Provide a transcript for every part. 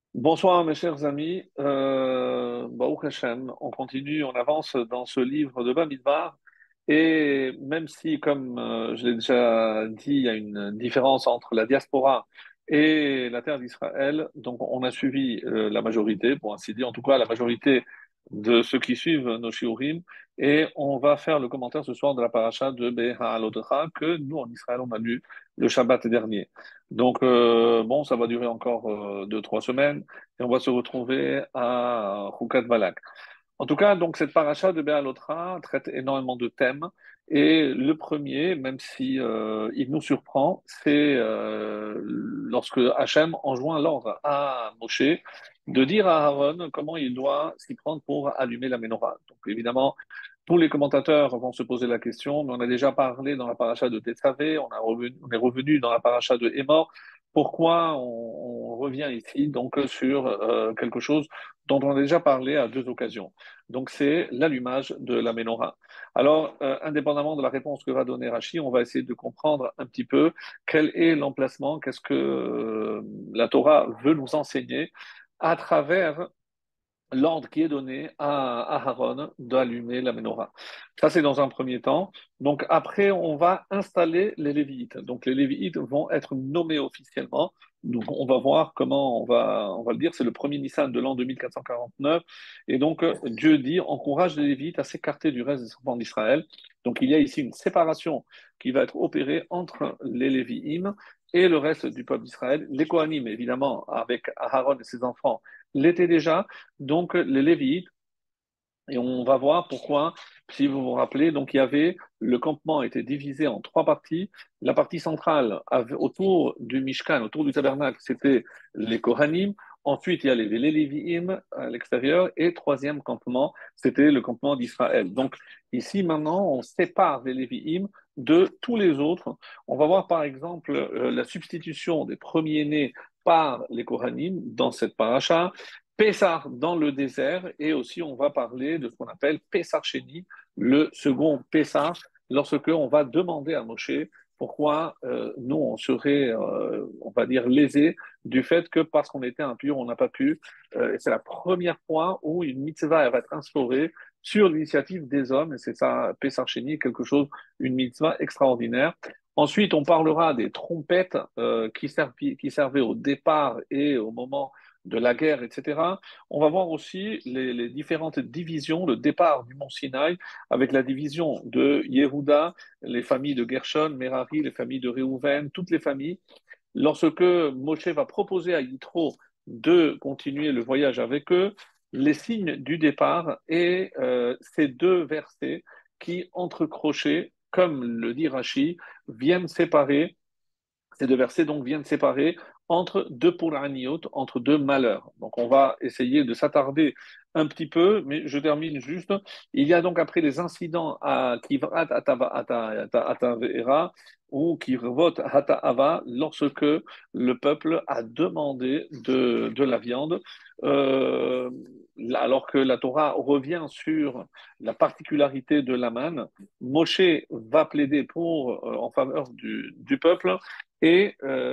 Bonsoir mes chers amis, Baruch Hashem, on continue, on avance dans ce livre de Bamidbar et même si, comme je l'ai déjà dit, il y a une différence entre la diaspora et la terre d'Israël, donc on a suivi la majorité, pour ainsi dire, en tout cas la majorité de ceux qui suivent nos shiurim, et on va faire le commentaire ce soir de la paracha de Beha'alotcha que nous en Israël on a lu le Shabbat dernier. Donc bon, ça va durer encore 2, 3 semaines et on va se retrouver à Choukat Balak. En tout cas, donc cette paracha de Béalotra traite énormément de thèmes et le premier, même si il nous surprend, c'est lorsque Hachem enjoint l'ordre à Moshe de dire à Aaron comment il doit s'y prendre pour allumer la menorah. Donc évidemment, tous les commentateurs vont se poser la question, mais on a déjà parlé dans la paracha de Tetzavé, on est revenu dans la paracha de Hémor. Pourquoi on revient ici donc sur quelque chose dont on a déjà parlé à 2 occasions. Donc c'est l'allumage de la menorah. Alors, indépendamment de la réponse que va donner Rachi, on va essayer de comprendre un petit peu quel est l'emplacement, qu'est-ce que la Torah veut nous enseigner à travers l'ordre qui est donné à Aaron d'allumer la menorah. Ça, c'est dans un premier temps. Donc, après, on va installer les Lévites. Donc, les Lévites vont être nommés officiellement. Donc, on va voir comment on va le dire. C'est le premier Nissan de l'an 2449. Et donc, Dieu dit, encourage les Lévites à s'écarter du reste des enfants d'Israël. Donc, il y a ici une séparation qui va être opérée entre les Lévi'im et le reste du peuple d'Israël. Les Kohanim, évidemment, avec Aaron et ses enfants, l'étaient déjà. Donc, les Lévites, et on va voir pourquoi, si vous vous rappelez, donc il y avait, le campement était divisé en 3 parties. La partie centrale, autour du Mishkan, autour du tabernacle, c'était les Kohanim. Ensuite, il y a les Lévi'im à l'extérieur. Et troisième campement, c'était le campement d'Israël. Donc, ici, maintenant, on sépare les Lévi'im de tous les autres. On va voir, par exemple, la substitution des premiers-nés par les Kohanim dans cette paracha. Pessah dans le désert, et aussi on va parler de ce qu'on appelle Pessah Sheni, le second Pessah, lorsque on va demander à Moshe pourquoi nous on serait, on va dire, lésés du fait que parce qu'on était impur, on n'a pas pu. Et c'est la première fois où une mitzvah elle va être instaurée sur l'initiative des hommes, et c'est ça, Pessah Sheni, quelque chose, une mitzvah extraordinaire. Ensuite, on parlera des trompettes qui servaient au départ et au moment de la guerre, etc. On va voir aussi les différentes divisions, le départ du mont Sinaï, avec la division de Yehuda, les familles de Gershon, Merari, les familles de Réhouven, toutes les familles. Lorsque Moshe va proposer à Yitro de continuer le voyage avec eux, les signes du départ et ces 2 versets qui, entrecrochés, comme le dit Rashi, viennent séparer ces 2 versets donc viennent séparer entre 2 pouraniot, entre 2 malheurs. Donc on va essayer de s'attarder un petit peu, mais je termine juste. Il y a donc après les incidents à Kivrat Atavera ou Kivrot Hataava, lorsque le peuple a demandé de la viande, euh, alors que la Torah revient sur la particularité de l'Aman, Moshe va plaider en faveur du peuple et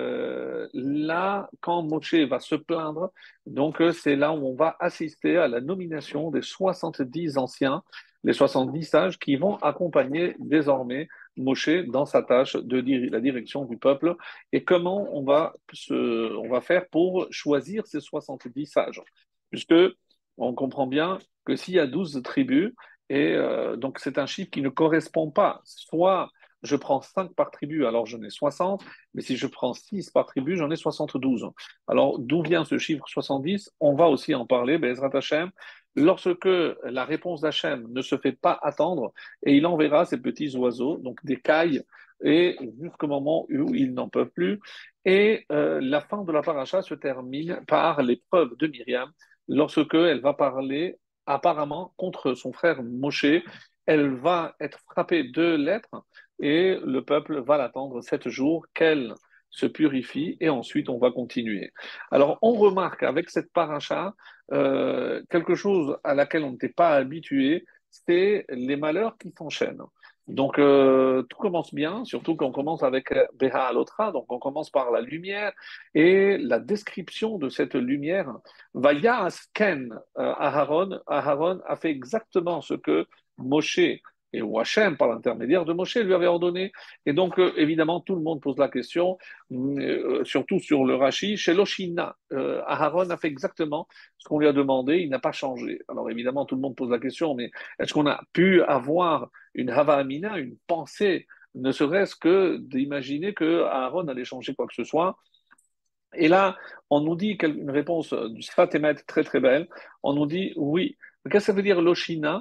là, quand Moshe va se plaindre, donc c'est là où on va assister à la nomination des 70 anciens, les 70 sages qui vont accompagner désormais Moshe dans sa tâche de la direction du peuple. Et comment on va faire pour choisir ces 70 sages? Puisque on comprend bien que s'il y a 12 tribus, et donc c'est un chiffre qui ne correspond pas, soit je prends 5 par tribu, alors j'en ai 60, mais si je prends 6 par tribu, j'en ai 72. Alors, d'où vient ce chiffre 70? On va aussi en parler, Bezrat Hashem, lorsque la réponse d'Hachem ne se fait pas attendre, et il enverra ces petits oiseaux, donc des cailles, et jusqu'au moment où ils n'en peuvent plus. Et la fin de la paracha se termine par l'épreuve de Myriam, lorsque elle va parler apparemment contre son frère Moshe. Elle va être frappée de lettres et le peuple va l'attendre 7 jours qu'elle se purifie et ensuite on va continuer. Alors on remarque avec cette paracha quelque chose à laquelle on n'était pas habitué, c'est les malheurs qui s'enchaînent. Donc, tout commence bien, surtout qu'on commence avec Beha Alotra, donc on commence par la lumière et la description de cette lumière. Vayas Ken Aharon, Aharon a fait exactement ce que Moshe et ou Hachem, par l'intermédiaire de Moshe, lui avait ordonné. Et donc, évidemment, tout le monde pose la question, surtout sur le Rashi, chez Loshina. Aharon a fait exactement ce qu'on lui a demandé, il n'a pas changé. Alors, évidemment, tout le monde pose la question, mais est-ce qu'on a pu avoir une hava amina, une pensée, ne serait-ce que d'imaginer que Aaron allait changer quoi que ce soit. Et là, on nous dit une réponse du Sfat Emet très très belle. On nous dit oui. Qu'est-ce que ça veut dire l'oshina?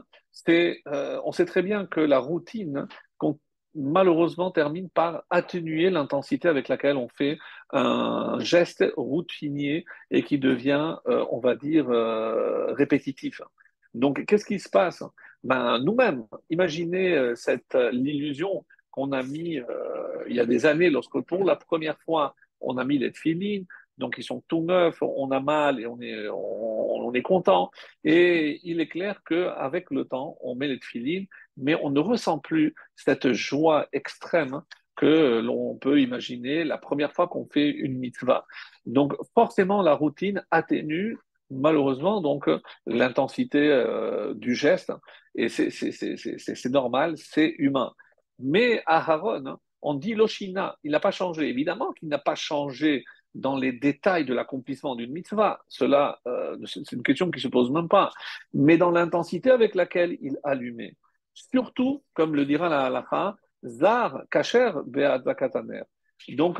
On sait très bien que la routine, malheureusement, termine par atténuer l'intensité avec laquelle on fait un geste routinier et qui devient, on va dire, répétitif. Donc, qu'est-ce qui se passe? Ben, nous-mêmes, imaginez l'illusion qu'on a mis il y a des années lorsque pour la première fois on a mis les tefilines, donc ils sont tout neufs, on a mal et on est content. Et il est clair qu'avec le temps, on met les tefilines, mais on ne ressent plus cette joie extrême que l'on peut imaginer la première fois qu'on fait une mitzvah. Donc forcément, la routine atténue malheureusement donc l'intensité du geste, et c'est normal, c'est humain. Mais Aharon, hein, on dit l'Oshina, il n'a pas changé. Évidemment qu'il n'a pas changé dans les détails de l'accomplissement d'une mitzvah. Cela, c'est une question qui ne se pose même pas. Mais dans l'intensité avec laquelle il allumait. Surtout, comme le dira la halakha, Zar Kacher Be'at Zakataner. Donc,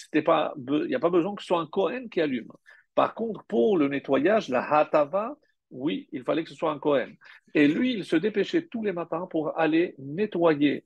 il n'y a pas besoin que ce soit un Kohen qui allume. Par contre, pour le nettoyage, la Hatava, oui, il fallait que ce soit un Kohen. Et lui, il se dépêchait tous les matins pour aller nettoyer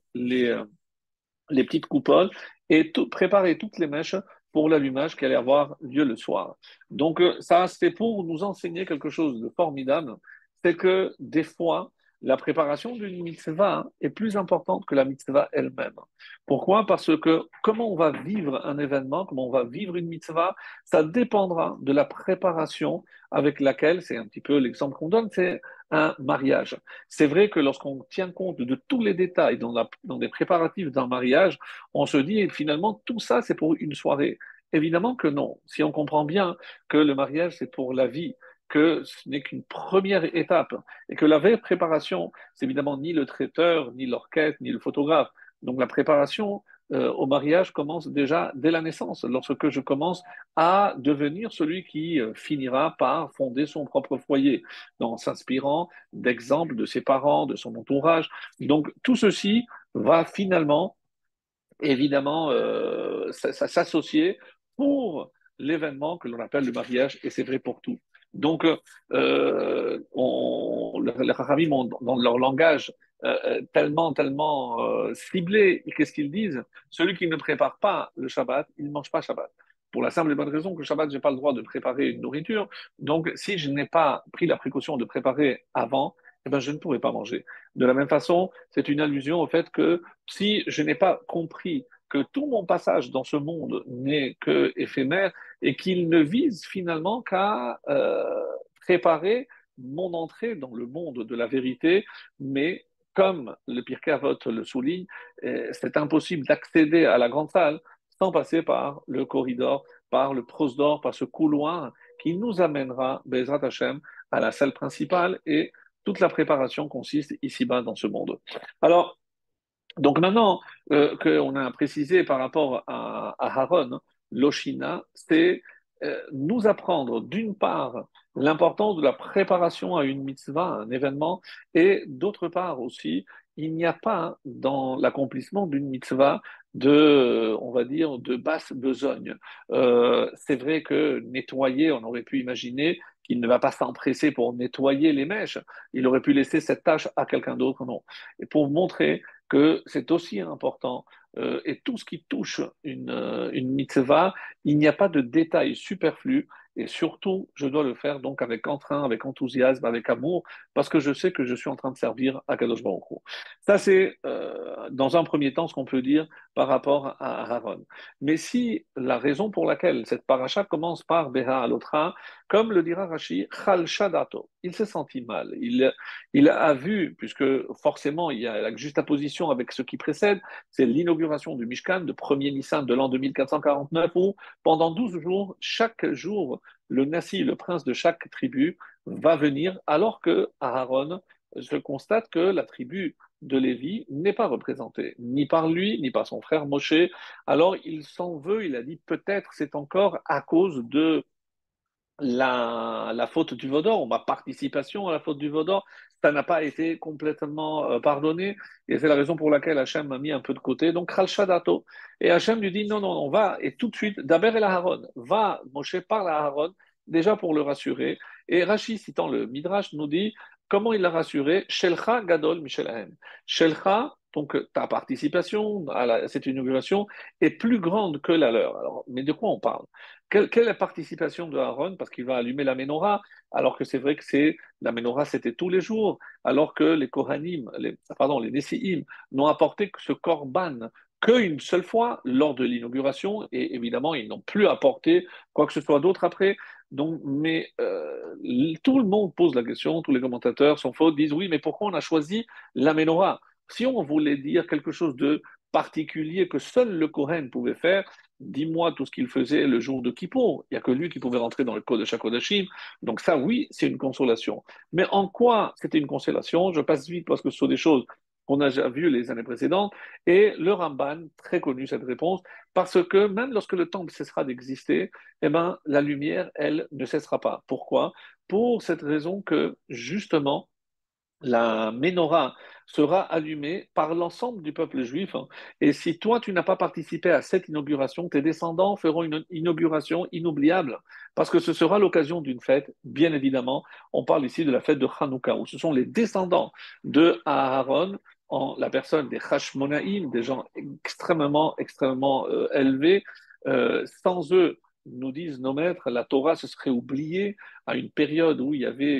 les petites coupoles et préparer toutes les mèches pour l'allumage qui allait avoir lieu le soir. Donc ça, c'est pour nous enseigner quelque chose de formidable, c'est que des fois, la préparation d'une mitzvah est plus importante que la mitzvah elle-même. Pourquoi? Parce que comment on va vivre un événement, comment on va vivre une mitzvah, ça dépendra de la préparation avec laquelle, c'est un petit peu l'exemple qu'on donne, c'est un mariage. C'est vrai que lorsqu'on tient compte de tous les détails dans les préparatifs d'un mariage, on se dit finalement tout ça c'est pour une soirée. Évidemment que non. Si on comprend bien que le mariage c'est pour la vie, que ce n'est qu'une première étape et que la vraie préparation, c'est évidemment ni le traiteur, ni l'orchestre, ni le photographe. Donc la préparation au mariage commence déjà dès la naissance, lorsque je commence à devenir celui qui finira par fonder son propre foyer, en s'inspirant d'exemples de ses parents, de son entourage. Donc tout ceci va finalement, évidemment, s'associer pour l'événement que l'on appelle le mariage, et c'est vrai pour tout. Donc, les Rachamim ont dans leur langage tellement ciblé, qu'est-ce qu'ils disent? Celui qui ne prépare pas le Shabbat, il ne mange pas Shabbat. Pour la simple et bonne raison que le Shabbat, je n'ai pas le droit de préparer une nourriture. Donc, si je n'ai pas pris la précaution de préparer avant, eh ben, je ne pourrai pas manger. De la même façon, c'est une allusion au fait que si je n'ai pas compris que tout mon passage dans ce monde n'est que éphémère et qu'il ne vise finalement qu'à préparer mon entrée dans le monde de la vérité, mais comme le Pirkei Avot le souligne, c'est impossible d'accéder à la grande salle sans passer par le corridor, par le prosdor, par ce couloir qui nous amènera, Bezrat Hashem, à la salle principale, et toute la préparation consiste ici-bas dans ce monde. Alors, donc maintenant qu'on a précisé par rapport à Aaron, l'Oshina, c'est nous apprendre d'une part l'importance de la préparation à une mitzvah, à un événement, et d'autre part aussi, il n'y a pas dans l'accomplissement d'une mitzvah de, on va dire, de basse besogne. C'est vrai que nettoyer, on aurait pu imaginer qu'il ne va pas s'empresser pour nettoyer les mèches, il aurait pu laisser cette tâche à quelqu'un d'autre, non. Et pour montrer que c'est aussi important. Et tout ce qui touche une mitzvah, il n'y a pas de détails superflus. et surtout, je dois le faire donc avec entrain, avec enthousiasme, avec amour, parce que je sais que je suis en train de servir à Kadosh Baruch Hu. Ça, c'est dans un premier temps ce qu'on peut dire par rapport à Aaron. Mais si la raison pour laquelle cette paracha commence par Beha Alotra, comme le dira Rashi, Chal Shadato, il s'est senti mal. Il a vu, puisque forcément il y a la juxtaposition avec ce qui précède, c'est l'inauguration du Mishkan, de 1er Nissan de l'an 2449, où pendant 12 jours, chaque jour, le Nassi, le prince de chaque tribu, va venir, alors que Aaron se constate que la tribu de Lévi n'est pas représentée, ni par lui, ni par son frère Moshe. Alors il s'en veut, il a dit peut-être c'est encore à cause de la faute du Vaudor, ou ma participation à la faute du Vaudor, ça n'a pas été complètement pardonné, et c'est la raison pour laquelle Hachem m'a mis un peu de côté. Donc, Khal Shadato. Et Hachem lui dit non, non, on va, et tout de suite, Daber el Aharon, va, Moshe parle à Aaron, déjà pour le rassurer. Et Rashi, citant le Midrash, nous dit comment il l'a rassuré, Shelcha Gadol Mishelahem. Shelcha, donc ta participation à cette inauguration, est plus grande que la leur. Alors, mais de quoi on parle? Quelle est la participation de Aaron? Parce qu'il va allumer la menorah, alors que c'est vrai que la menorah, c'était tous les jours, alors que les Kohanim, les Nessi'im, n'ont apporté que ce korban qu'une seule fois lors de l'inauguration, et évidemment, ils n'ont plus apporté quoi que ce soit d'autre après. Donc, mais tout le monde pose la question, tous les commentateurs sont faux, disent oui, mais pourquoi on a choisi la menorah? Si on voulait dire quelque chose de particulier que seul le Kohen pouvait faire, dis-moi tout ce qu'il faisait le jour de Kippour. Il n'y a que lui qui pouvait rentrer dans le code de Shakodashim. Donc ça, oui, c'est une consolation. Mais en quoi c'était une consolation? Je passe vite parce que ce sont des choses qu'on a déjà vues les années précédentes. Et le Ramban, très connu cette réponse, parce que même lorsque le temple cessera d'exister, eh ben, la lumière, elle, ne cessera pas. Pourquoi? Pour cette raison que, justement, la menorah sera allumée par l'ensemble du peuple juif. Et si toi, tu n'as pas participé à cette inauguration, tes descendants feront une inauguration inoubliable, parce que ce sera l'occasion d'une fête, bien évidemment. On parle ici de la fête de Hanouka, où ce sont les descendants de Aaron, en la personne des Hashmonaïm, des gens extrêmement, extrêmement élevés. Sans eux, nous disent nos maîtres, la Torah se serait oubliée à une période où il y avait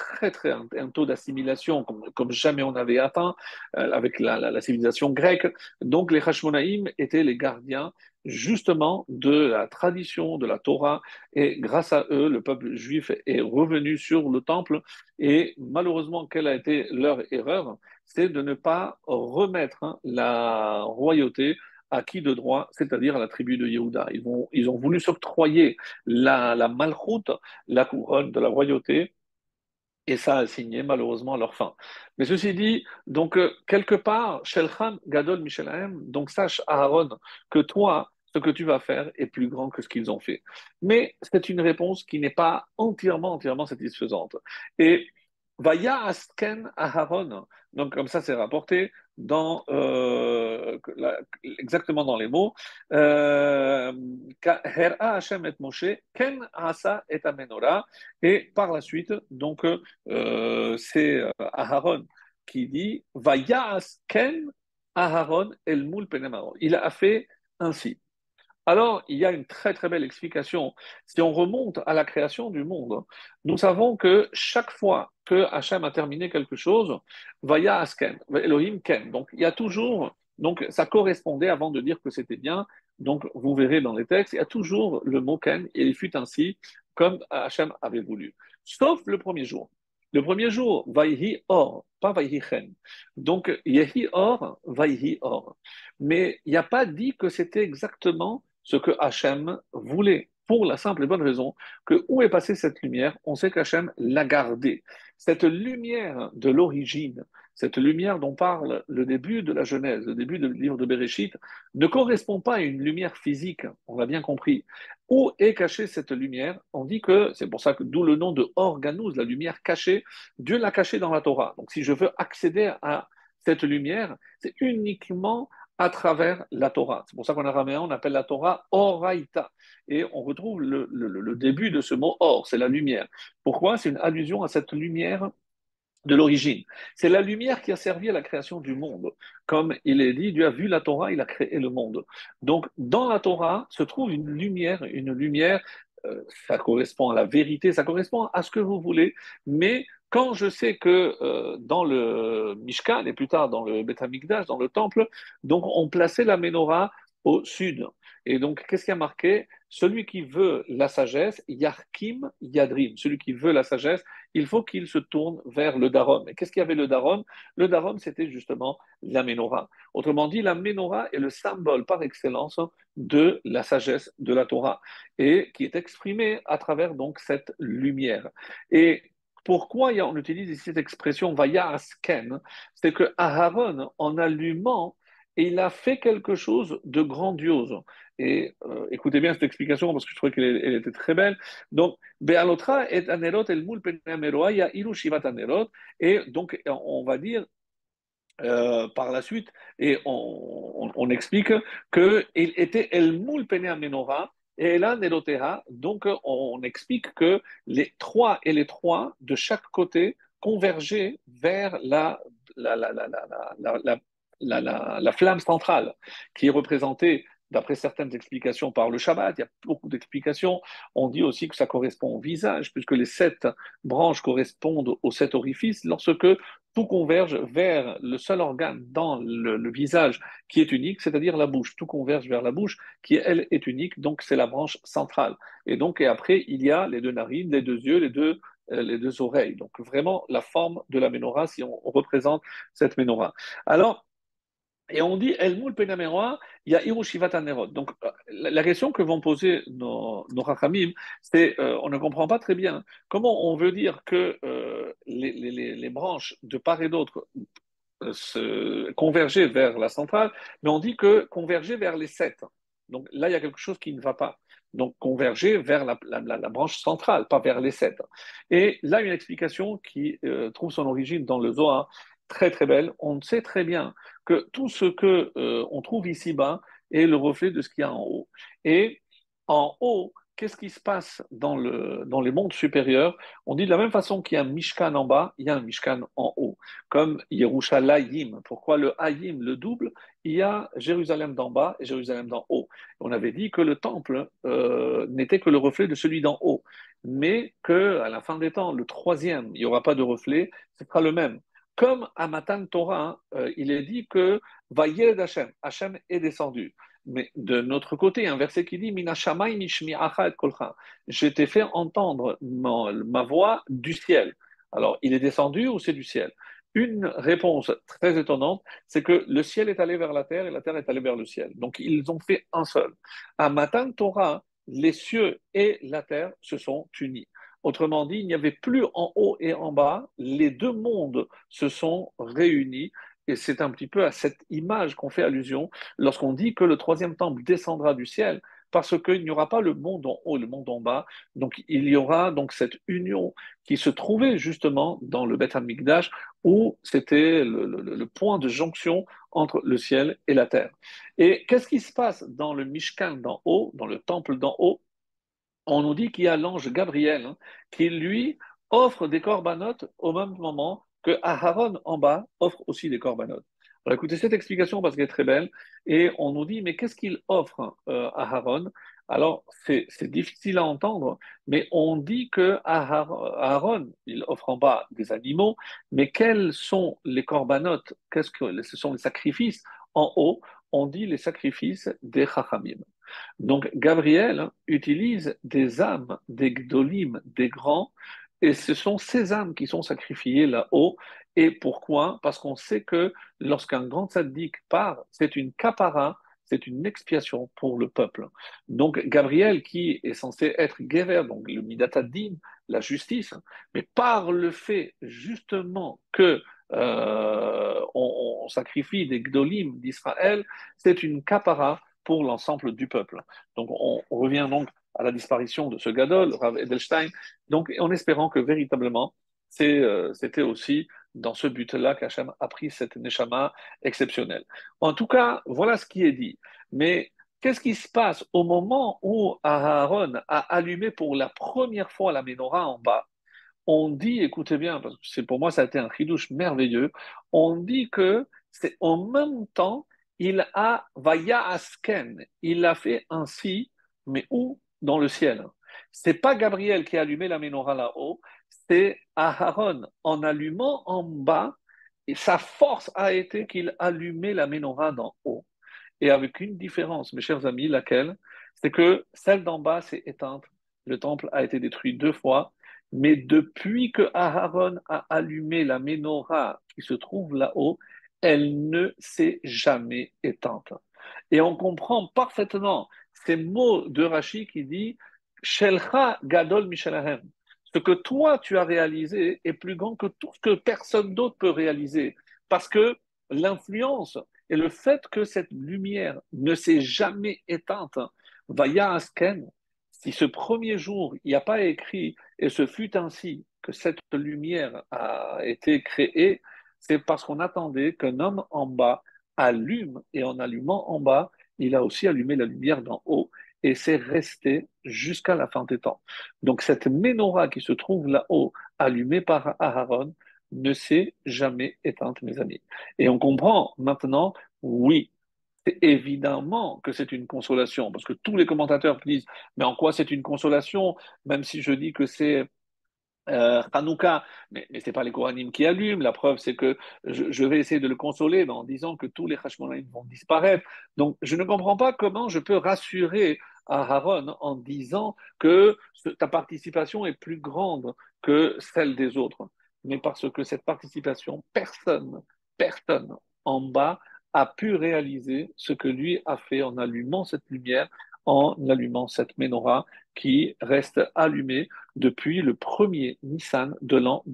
un taux d'assimilation comme jamais on avait atteint avec la civilisation grecque. Donc les Hashmonaïm étaient les gardiens justement de la tradition de la Torah, et grâce à eux, le peuple juif est revenu sur le temple. Et malheureusement, quelle a été leur erreur? C'est de ne pas remettre la royauté à qui de droit, c'est-à-dire à la tribu de Yehuda. Ils ont voulu s'octroyer la malchoute, la couronne de la royauté, et ça a signé malheureusement leur fin. Mais ceci dit, donc quelque part, Shelchan Gadol Mishelahem, donc sache Aaron que toi, ce que tu vas faire est plus grand que ce qu'ils ont fait. Mais c'est une réponse qui n'est pas entièrement satisfaisante. Et Vaya Asken Aaron, donc comme ça c'est rapporté dans exactement dans les mots. Hera Hashem et Moshe, Ken Asa et Amenora. Et par la suite, donc, c'est Aharon qui dit Vayas Ken Aharon El Mul Penemaro. Il a fait ainsi. Alors, il y a une très très belle explication. Si on remonte à la création du monde, nous savons que chaque fois que Hachem a terminé quelque chose, Vaya Asken, Elohim Ken. Donc, il y a toujours, donc ça correspondait avant de dire que c'était bien. Donc, vous verrez dans les textes, il y a toujours le mot Ken, et il fut ainsi comme Hachem avait voulu. Sauf le premier jour. Le premier jour, Vayhi Or, pas Vayhi Chen. Donc, Yehi Or, Vayhi Or. Mais il n'y a pas dit que c'était exactement ce que Hachem voulait, pour la simple et bonne raison que où est passée cette lumière? On sait qu'Hachem l'a gardée. Cette lumière de l'origine, cette lumière dont parle le début de la Genèse, le début du livre de Béréchit, ne correspond pas à une lumière physique, on l'a bien compris. Où est cachée cette lumière? On dit que, c'est pour ça que d'où le nom de Organous, la lumière cachée, Dieu l'a cachée dans la Torah. Donc si je veux accéder à cette lumière, c'est uniquement à travers la Torah. C'est pour ça qu'en araméen, on appelle la Torah Oraïta. Et on retrouve le début de ce mot or, c'est la lumière. Pourquoi? C'est une allusion à cette lumière de l'origine. C'est la lumière qui a servi à la création du monde. Comme il est dit, Dieu a vu la Torah, il a créé le monde. Donc, dans la Torah se trouve une lumière ça correspond à la vérité, ça correspond à ce que vous voulez, mais quand je sais que dans le Mishkan et plus tard dans le Beth Amikdash, dans le temple, donc on plaçait la menorah au sud. Et donc, qu'est-ce qui a marqué? Celui qui veut la sagesse, Yarkim Yadrim. Celui qui veut la sagesse, il faut qu'il se tourne vers le Darom. Et qu'est-ce qu'il y avait le Darom? Le Darom, c'était justement la menorah. Autrement dit, la menorah est le symbole par excellence de la sagesse de la Torah et qui est exprimée à travers donc cette lumière. Et pourquoi on utilise ici cette expression Vaya Asken? C'est que Aharon, en allumant, il a fait quelque chose de grandiose. Et écoutez bien cette explication parce que je trouvais qu'elle était très belle. Donc, Be'alotra et anerot el mul penameroa ya iru shivat anerot. Et donc, on va dire par la suite, et on explique qu'il était el mul pene menorah et là neroteha. Donc, on explique que les trois et les trois de chaque côté convergeaient vers la, la, la, la, la, la, la flamme centrale qui est représentée d'après certaines explications par le Shabbat. Il y a beaucoup d'explications. On dit aussi que ça correspond au visage, puisque les sept branches correspondent aux sept orifices. Lorsque tout converge vers le seul organe dans le visage qui est unique, c'est-à-dire la bouche. Tout converge vers la bouche qui, elle, est unique, donc c'est la branche centrale. Et donc, et après, il y a les deux narines, les deux yeux, les deux oreilles. Donc, vraiment, la forme de la menorah, si on représente cette menorah. Alors, et on dit El Moul Penameroa, il y a Hiroshivat Anerot. Donc, la question que vont poser nos Rachamim, c'est on ne comprend pas très bien comment on veut dire que les branches de part et d'autre se converger vers la centrale, mais on dit que converger vers les sept. Donc là, il y a quelque chose qui ne va pas. Donc converger vers la branche centrale, pas vers les sept. Et là, une explication qui trouve son origine dans le Zohar, très très belle. On sait très bien que tout ce que on trouve ici-bas est le reflet de ce qu'il y a en haut. Et en haut, qu'est-ce qui se passe dans les mondes supérieurs? On dit de la même façon qu'il y a un Mishkan en bas, il y a un Mishkan en haut comme Yerushalayim. Pourquoi le Hayim, le double? Il y a Jérusalem d'en bas et Jérusalem d'en haut. On avait dit que le temple n'était que le reflet de celui d'en haut, mais que à la fin des temps, le troisième, il n'y aura pas de reflet, ce sera le même. Comme à Matan Torah, il est dit que Vayeled Hashem, Hashem est descendu. Mais de notre côté, un verset qui dit Mina Shammai mishmi'acha et kolcha. Je t'ai fait entendre ma voix du ciel. Alors, il est descendu ou c'est du ciel? Une réponse très étonnante, c'est que le ciel est allé vers la terre et la terre est allée vers le ciel. Donc, ils ont fait un seul. À Matan Torah, les cieux et la terre se sont unis. Autrement dit, il n'y avait plus en haut et en bas, les deux mondes se sont réunis. Et c'est un petit peu à cette image qu'on fait allusion lorsqu'on dit que le troisième temple descendra du ciel, parce qu'il n'y aura pas le monde en haut et le monde en bas. Donc il y aura donc cette union qui se trouvait justement dans le Beth Amikdash, où c'était le point de jonction entre le ciel et la terre. Et qu'est-ce qui se passe dans le Mishkan d'en haut, dans le temple d'en haut? On nous dit qu'il y a l'ange Gabriel qui, lui, offre des corbanotes au même moment que Aharon en bas offre aussi des corbanotes. Alors écoutez cette explication parce qu'elle est très belle. Et on nous dit, mais qu'est-ce qu'il offre à Aaron? Alors c'est difficile à entendre, mais on dit que Aaron, il offre en bas des animaux, mais quels sont les corbanotes? Qu'est-ce que ce sont les sacrifices en haut? On dit les sacrifices des Chachamim. Donc Gabriel utilise des âmes, des gdolim, des grands, et ce sont ces âmes qui sont sacrifiées là-haut. Et pourquoi? Parce qu'on sait que lorsqu'un grand tzaddik part, c'est une kapara, c'est une expiation pour le peuple. Donc Gabriel, qui est censé être Gever, donc le Midat Hadin, la justice, mais par le fait justement que on sacrifie des gdolim d'Israël, c'est une kapara pour l'ensemble du peuple. Donc on revient donc à la disparition de ce Gadol, Rav Edelstein, donc en espérant que véritablement c'était aussi dans ce but-là qu'Hachem a pris cette neshama exceptionnelle. En tout cas, voilà ce qui est dit. Mais qu'est-ce qui se passe au moment où Aaron a allumé pour la première fois la menorah en bas? On dit, écoutez bien, parce que c'est pour moi ça a été un chidouche merveilleux, on dit que c'est en même temps il a vaya asken, il a fait ainsi, mais où? Dans le ciel. C'est pas Gabriel qui a allumé la menorah là-haut, c'est Aharon en allumant en bas, et sa force a été qu'il allumait la menorah d'en haut. Et avec une différence, mes chers amis, laquelle? C'est que celle d'en bas s'est éteinte. Le temple a été détruit 2 fois, mais depuis que Aharon a allumé la menorah qui se trouve là-haut, elle ne s'est jamais éteinte. Et on comprend parfaitement ces mots de Rashi qui dit Shelcha gadol mishalahem. Ce que toi tu as réalisé est plus grand que tout ce que personne d'autre peut réaliser. Parce que l'influence et le fait que cette lumière ne s'est jamais éteinte, Vaya Asken, si ce premier jour, il n'y a pas écrit et ce fut ainsi que cette lumière a été créée, c'est parce qu'on attendait qu'un homme en bas allume, et en allumant en bas, il a aussi allumé la lumière d'en haut, et c'est resté jusqu'à la fin des temps. Donc cette menorah qui se trouve là-haut, allumée par Aharon, ne s'est jamais éteinte, mes amis. Et on comprend maintenant, oui, c'est évidemment que c'est une consolation, parce que tous les commentateurs disent, mais en quoi c'est une consolation, même si je dis que c'est Hanouka, mais ce n'est pas les Kohanim qui allument. La preuve, c'est que je vais essayer de le consoler en disant que tous les Hashmonaïm vont disparaître. Donc, je ne comprends pas comment je peux rassurer Aaron en disant que ta participation est plus grande que celle des autres. Mais parce que cette participation, personne en bas a pu réaliser ce que lui a fait en allumant cette lumière, en allumant cette menorah qui reste allumée depuis le premier Nissan de l'an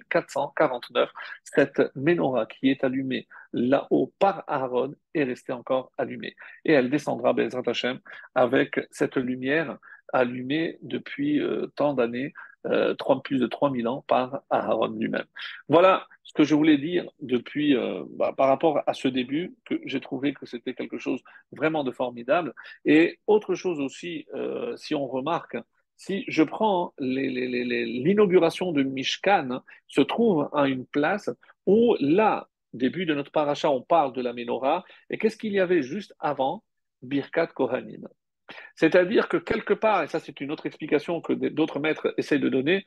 2449. Cette menorah qui est allumée là-haut par Aaron est restée encore allumée. Et elle descendra, Bezrat Hashem, avec cette lumière allumée depuis tant d'années, plus de 3000 ans par Aaron lui-même. Voilà ce que je voulais dire depuis, par rapport à ce début, que j'ai trouvé que c'était quelque chose vraiment de formidable. Et autre chose aussi, si on remarque, si je prends l'inauguration de Mishkan, se trouve à une place où là, début de notre paracha, on parle de la menorah, et qu'est-ce qu'il y avait juste avant? Birkat Kohanim. C'est-à-dire que quelque part, et ça c'est une autre explication que d'autres maîtres essaient de donner,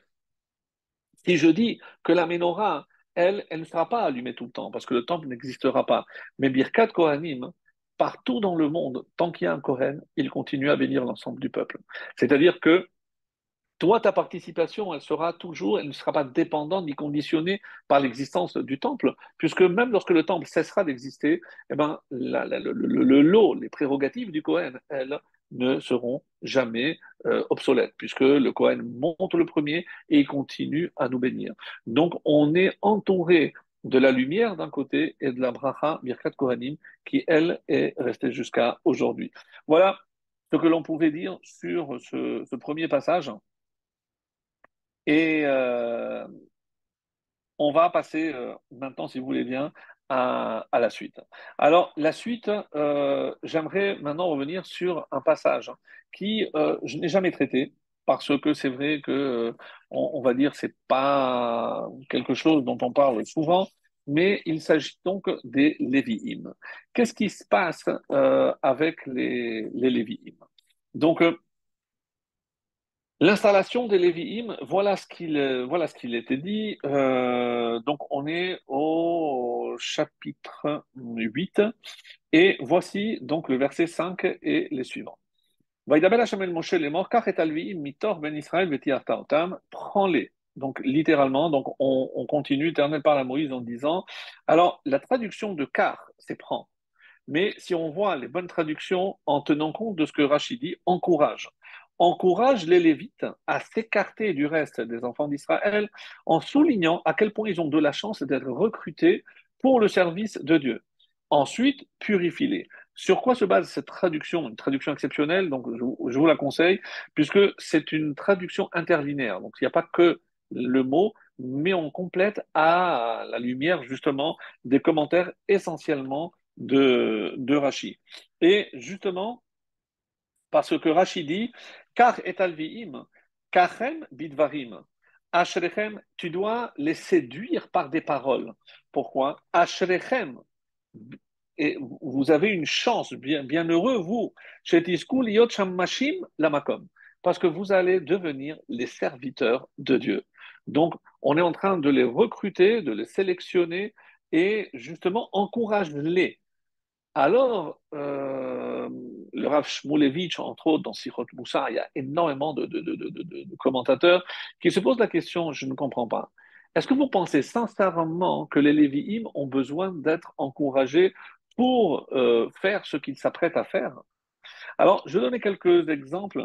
si je dis que la menorah, elle ne sera pas allumée tout le temps, parce que le temple n'existera pas, mais Birkat Kohanim, partout dans le monde, tant qu'il y a un Kohen, il continue à bénir l'ensemble du peuple. C'est-à-dire que toi, ta participation, elle sera toujours, elle ne sera pas dépendante ni conditionnée par l'existence du temple, puisque même lorsque le temple cessera d'exister, eh ben, le lot, les prérogatives du Cohen, elles, ne seront jamais obsolètes, puisque le Cohen monte le premier et il continue à nous bénir. Donc, on est entouré de la lumière d'un côté et de la bracha Birkat Kohanim qui, elle, est restée jusqu'à aujourd'hui. Voilà ce que l'on pouvait dire sur ce premier passage. Et on va passer maintenant, si vous voulez bien, à la suite. Alors, la suite, j'aimerais maintenant revenir sur un passage qui je n'ai jamais traité, parce que c'est vrai que, on va dire, c'est pas quelque chose dont on parle souvent, mais il s'agit donc des Lévi'im. Qu'est-ce qui se passe avec les Lévi'im? Donc, l'installation des Lévi'im, voilà ce qu'il était dit. Donc, on est au chapitre 8 et voici donc le verset 5 et les suivants. Vaïdabel Hashem el Moshe lemor, kach et alvi'im mitor ben Israël vetiarta otam, prends-les. Donc, littéralement, donc on continue, l'Éternel parle à Moïse en disant, alors, la traduction de car, c'est prends. Mais si on voit les bonnes traductions en tenant compte de ce que Rachid dit, encourage. Encourage les Lévites à s'écarter du reste des enfants d'Israël en soulignant à quel point ils ont de la chance d'être recrutés pour le service de Dieu. Ensuite, purifie-les. Sur quoi se base cette traduction? Une traduction exceptionnelle, donc je vous la conseille, puisque c'est une traduction interlinéaire. Donc il n'y a pas que le mot, mais on complète à la lumière justement des commentaires essentiellement de Rashi. Et justement, parce que Rashi dit, car et alviim, kachem bidvarim. Ashrechem, tu dois les séduire par des paroles. Pourquoi? Ashrechem, et vous avez une chance, bien heureux, vous, shetisku liot shammashim lamakom. parce que vous allez devenir les serviteurs de Dieu. Donc, on est en train de les recruter, de les sélectionner et justement encourage-les. Alors, le Rav Shmulevitch, entre autres, dans Sichot Moussar, il y a énormément de commentateurs qui se posent la question, je ne comprends pas. Est-ce que vous pensez sincèrement que les Lévi'im ont besoin d'être encouragés pour faire ce qu'ils s'apprêtent à faire? Alors, je vais donner quelques exemples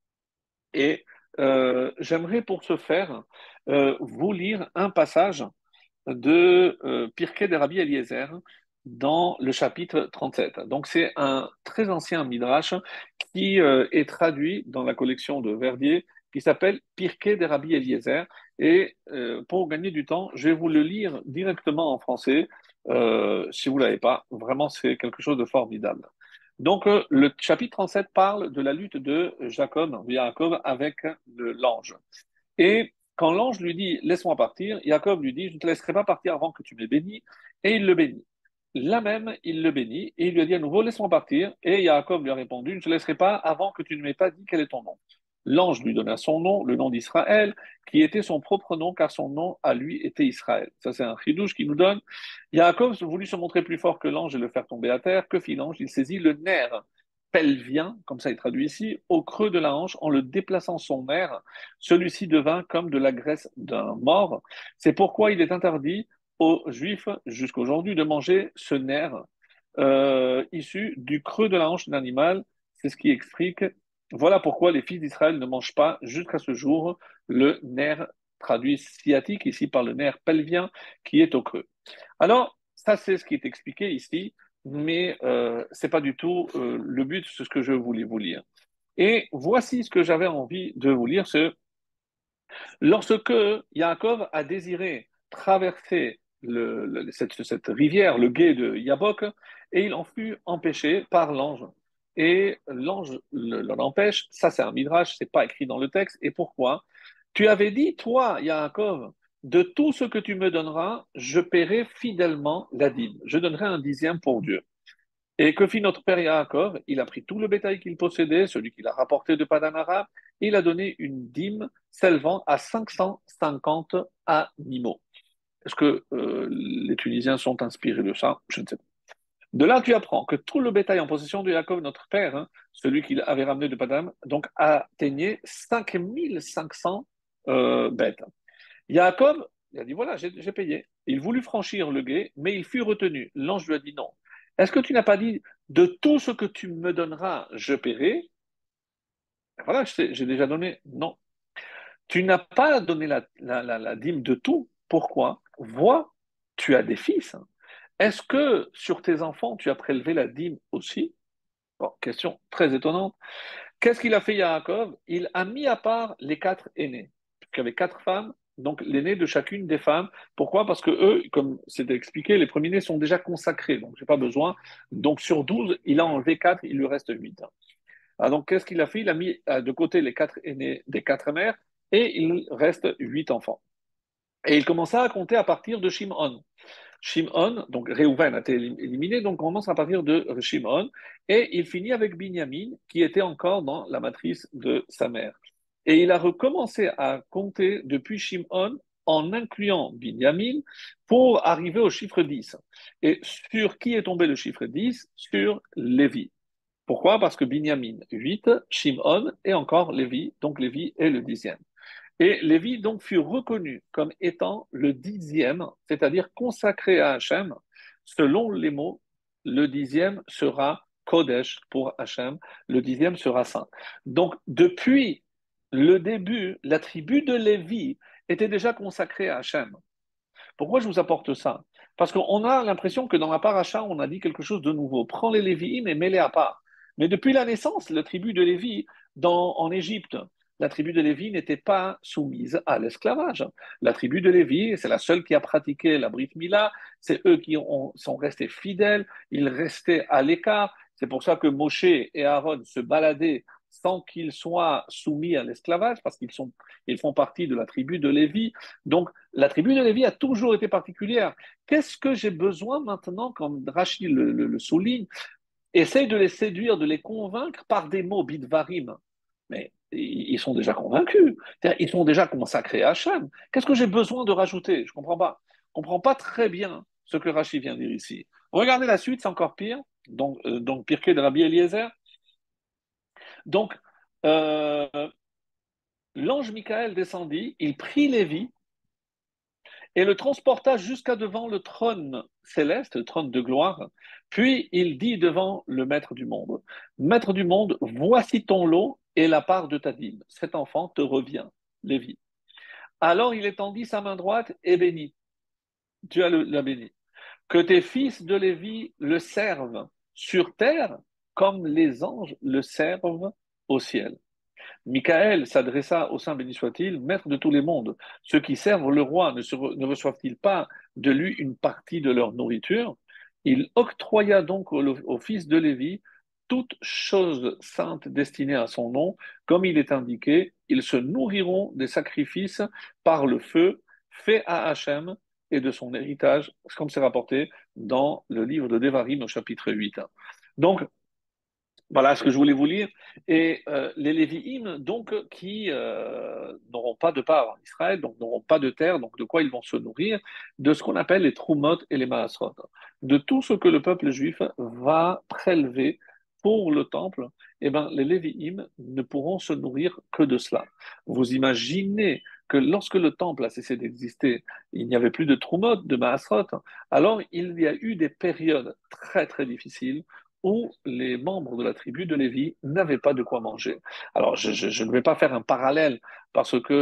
et j'aimerais pour ce faire vous lire un passage de Pirkei de Rabbi Eliezer dans le chapitre 37. Donc c'est un très ancien midrash qui est traduit dans la collection de Verdier qui s'appelle Pirkei de Rabbi Eliezer. Et pour gagner du temps, je vais vous le lire directement en français. Si vous ne l'avez pas, vraiment c'est quelque chose de formidable. Donc le chapitre 37 parle de la lutte de Jacob avec l'ange. Et quand l'ange lui dit, laisse-moi partir, Jacob lui dit, je ne te laisserai pas partir avant que tu m'aies béni. Et il le bénit. Là même, il le bénit et il lui a dit à nouveau, laisse-moi partir. Et Jacob lui a répondu, je ne te laisserai pas avant que tu ne m'aies pas dit quel est ton nom. L'ange lui donna son nom, le nom d'Israël, qui était son propre nom, car son nom à lui était Israël. Ça, c'est un chidouche qui nous donne. Jacob voulut se montrer plus fort que l'ange et le faire tomber à terre. Que fit l'ange? Il saisit le nerf pelvien, comme ça il traduit ici, au creux de la hanche, en le déplaçant son nerf. Celui-ci devint comme de la graisse d'un mort. C'est pourquoi il est interdit aux Juifs, jusqu'aujourd'hui, de manger ce nerf issu du creux de la hanche d'un animal. C'est ce qui explique. Voilà pourquoi les fils d'Israël ne mangent pas jusqu'à ce jour le nerf traduit sciatique, ici par le nerf pelvien, qui est au creux. Alors, ça c'est ce qui est expliqué ici, mais ce n'est pas du tout le but, c'est ce que je voulais vous lire. Et voici ce que j'avais envie de vous lire, c'est lorsque Yaakov a désiré traverser cette rivière, le gué de Yabok, et il en fut empêché par l'ange. Et l'ange l'empêche, ça c'est un midrash, c'est pas écrit dans le texte. Et pourquoi? Tu avais dit, toi, Yaakov, de tout ce que tu me donneras, je paierai fidèlement la dîme. Je donnerai un dixième pour Dieu. Et que fit notre père Yaakov? Il a pris tout le bétail qu'il possédait, celui qu'il a rapporté de Padan Aram, et il a donné une dîme s'élevant à 550 animaux. Est-ce que les Tunisiens sont inspirés de ça? Je ne sais pas. De là, tu apprends que tout le bétail en possession de Yaakov, notre père, hein, celui qu'il avait ramené de Padan, donc atteignait 5500 bêtes. Yaakov, il a dit voilà, j'ai payé. Il voulut franchir le gué, mais il fut retenu. L'ange lui a dit non. Est-ce que tu n'as pas dit de tout ce que tu me donneras, je paierai? Voilà, j'ai déjà donné. Non. Tu n'as pas donné la dîme de tout. Pourquoi? Vois, tu as des fils. Est-ce que sur tes enfants, tu as prélevé la dîme aussi? Bon, question très étonnante. Qu'est-ce qu'il a fait Yaakov? Il a mis à part les quatre aînés. Il y avait quatre femmes, donc l'aîné de chacune des femmes. Pourquoi? Parce que eux, comme c'était expliqué, les premiers-nés sont déjà consacrés, donc je n'ai pas besoin. Donc sur 12, il a enlevé 4, il lui reste 8. Ah, donc qu'est-ce qu'il a fait? Il a mis de côté les quatre aînés des quatre mères et il reste 8 enfants. Et il commença à compter à partir de Shimon. Shimon, donc Réhouven a été éliminé, donc on commence à partir de Shimon, et il finit avec Binyamin, qui était encore dans la matrice de sa mère. Et il a recommencé à compter depuis Shimon en incluant Binyamin pour arriver au chiffre 10. Et sur qui est tombé le chiffre 10? Sur Lévi. Pourquoi? Parce que Binyamin, 8, Shimon et encore Lévi, donc Lévi est le 10e. Et Lévi donc fut reconnu comme étant le 10e, c'est-à-dire consacré à Hachem. Selon les mots, le 10e sera Kodesh pour Hachem, le 10e sera saint. Donc depuis le début, la tribu de Lévi était déjà consacrée à Hachem. Pourquoi je vous apporte ça? Parce qu'on a l'impression que dans la paracha, on a dit quelque chose de nouveau. Prends les Lévi'im et mets-les à part. Mais depuis la naissance, la tribu de Lévi en Égypte, la tribu de Lévi n'était pas soumise à l'esclavage. La tribu de Lévi, c'est la seule qui a pratiqué la Brit Mila, c'est eux qui sont restés fidèles, ils restaient à l'écart. C'est pour ça que Moshe et Aaron se baladaient sans qu'ils soient soumis à l'esclavage, parce ils font partie de la tribu de Lévi. Donc, la tribu de Lévi a toujours été particulière. Qu'est-ce que j'ai besoin maintenant, comme Rachid le souligne, essaye de les séduire, de les convaincre par des mots, bidvarim. Mais ils sont déjà convaincus. C'est-à-dire, ils sont déjà consacrés à Hachem. Qu'est-ce que j'ai besoin de rajouter? Je ne comprends pas. Je ne comprends pas très bien ce que Rachid vient dire ici. Regardez la suite, c'est encore pire. Donc Pirkei de Rabbi Eliezer. Donc, euh, l'ange Michael descendit, il prit Lévi et le transporta jusqu'à devant le trône céleste, le trône de gloire. Puis il dit devant le Maître du monde, Maître du monde, voici ton lot et la part de ta dîme. Cet enfant te revient, Lévi. Alors il étendit sa main droite et bénit. Dieu l'a béni. Que tes fils de Lévi le servent sur terre comme les anges le servent au ciel. Michael s'adressa au Saint béni soit-il, maître de tous les mondes. Ceux qui servent le roi ne reçoivent-ils pas de lui une partie de leur nourriture? Il octroya donc au fils de Lévi toute chose sainte destinée à son nom, comme il est indiqué, ils se nourriront des sacrifices par le feu fait à Hachem et de son héritage, comme c'est rapporté dans le livre de Devarim au chapitre 8. Donc, voilà ce que je voulais vous lire. Et les Lévi'im, donc, qui n'auront pas de part en Israël, donc n'auront pas de terre, donc de quoi ils vont se nourrir? De ce qu'on appelle les Trumot et les Maasrot. De tout ce que le peuple juif va prélever pour le temple, eh ben, les Lévi'im ne pourront se nourrir que de cela. Vous imaginez que lorsque le temple a cessé d'exister, il n'y avait plus de Trumot, de Maasrot, alors il y a eu des périodes très très difficiles où les membres de la tribu de Lévi n'avaient pas de quoi manger. Alors, je ne vais pas faire un parallèle parce que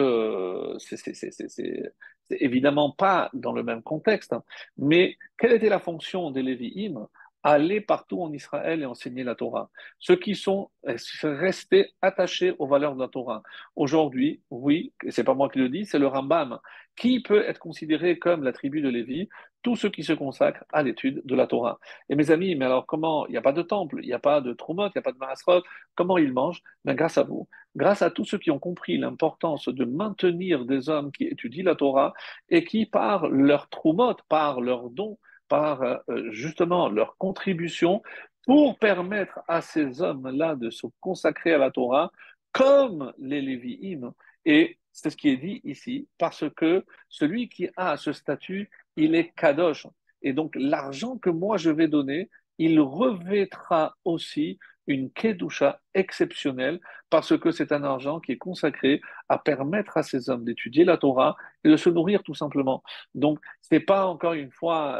c'est évidemment pas dans le même contexte, hein. Mais quelle était la fonction des Lévi'im? Aller partout en Israël et enseigner la Torah. Ceux qui sont restés attachés aux valeurs de la Torah. Aujourd'hui, oui, et c'est pas moi qui le dis, c'est le Rambam, qui peut être considéré comme la tribu de Lévi, tous ceux qui se consacrent à l'étude de la Torah. Et mes amis, mais alors comment? Il n'y a pas de temple, il n'y a pas de Trumot, il n'y a pas de Maasrot. Comment ils mangent? Ben, grâce à vous, grâce à tous ceux qui ont compris l'importance de maintenir des hommes qui étudient la Torah et qui, par leur Trumot, par leurs dons, par justement leur contribution, pour permettre à ces hommes-là de se consacrer à la Torah, comme les Lévi'im. Et c'est ce qui est dit ici, parce que celui qui a ce statut, il est kadosh. Et donc, l'argent que moi je vais donner, il revêtra aussi une kedusha exceptionnelle parce que c'est un argent qui est consacré à permettre à ces hommes d'étudier la Torah et de se nourrir tout simplement. Donc, c'est pas encore une fois,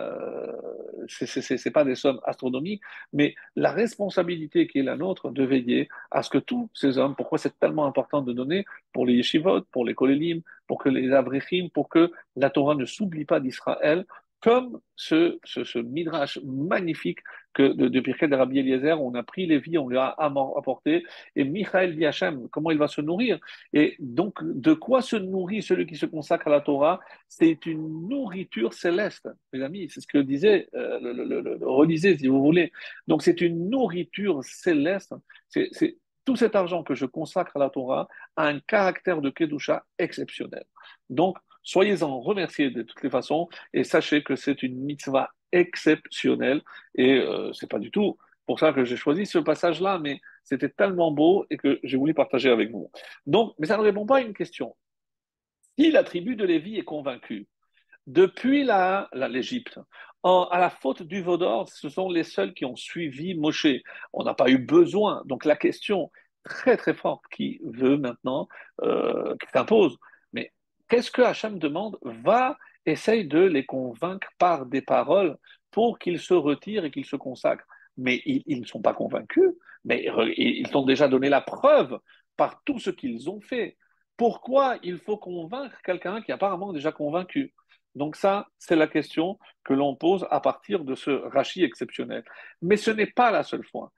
c'est pas des sommes astronomiques, mais la responsabilité qui est la nôtre de veiller à ce que tous ces hommes, pourquoi c'est tellement important de donner pour les yeshivot, pour les kolélim, pour que les avrechim, pour que la Torah ne s'oublie pas d'Israël, comme ce midrash magnifique de Pirkei de Rabbi Eliezer, on a pris Lévi, on lui a apporté, et Michael dit Hachem, comment il va se nourrir? Et donc, de quoi se nourrit celui qui se consacre à la Torah? C'est une nourriture céleste, mes amis, c'est ce que disait, relisez si vous voulez. Donc, c'est une nourriture céleste, c'est tout cet argent que je consacre à la Torah a un caractère de Kedusha exceptionnel. Donc, soyez-en remerciés de toutes les façons et sachez que c'est une mitzvah exceptionnelle et c'est pas du tout pour ça que j'ai choisi ce passage-là, mais c'était tellement beau et que j'ai voulu partager avec vous. Donc, mais ça ne répond pas à une question. Si la tribu de Lévi est convaincue, depuis l'Égypte, à la faute du veau d'or, ce sont les seuls qui ont suivi Moshe. On n'a pas eu besoin. Donc la question très très forte qui veut maintenant, qui s'impose, mais qu'est-ce que Hachem demande? Va, essaye de les convaincre par des paroles pour qu'ils se retirent et qu'ils se consacrent. Mais ils ne sont pas convaincus, mais ils t'ont déjà donné la preuve par tout ce qu'ils ont fait. Pourquoi il faut convaincre quelqu'un qui est apparemment déjà convaincu? Donc ça, c'est la question que l'on pose à partir de ce rachis exceptionnel. Mais ce n'est pas la seule fois.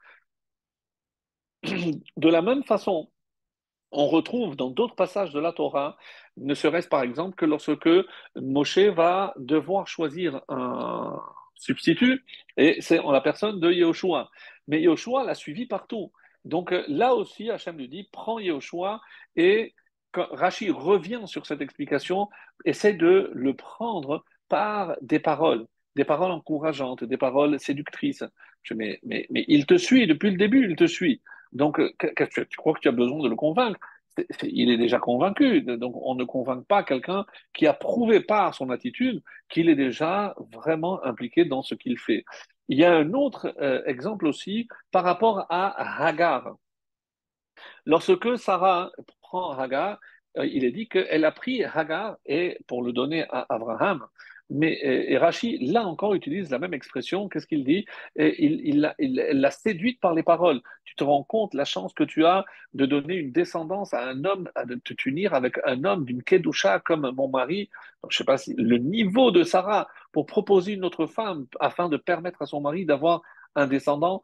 De la même façon, on retrouve dans d'autres passages de la Torah, ne serait-ce par exemple que lorsque Moshe va devoir choisir un substitut, et c'est en la personne de Yehoshua. Mais Yehoshua l'a suivi partout. Donc là aussi, Hachem lui dit, prends Yehoshua, et quand Rashi revient sur cette explication, essaie de le prendre par des paroles encourageantes, des paroles séductrices. Mais il te suit depuis le début, il te suit. Donc, tu crois que tu as besoin de le convaincre? il est déjà convaincu. Donc, on ne convainc pas quelqu'un qui a prouvé par son attitude qu'il est déjà vraiment impliqué dans ce qu'il fait. Il y a un autre exemple aussi par rapport à Hagar. Lorsque Sarah prend Hagar, il est dit qu'elle a pris Hagar et pour le donner à Abraham. Mais et Rachi, là encore, utilise la même expression. Qu'est-ce qu'il dit? Et elle l'a séduite par les paroles. Tu te rends compte la chance que tu as de donner une descendance à un homme, de te unir avec un homme d'une kedusha comme mon mari. Donc, je ne sais pas si le niveau de Sarah pour proposer une autre femme afin de permettre à son mari d'avoir un descendant.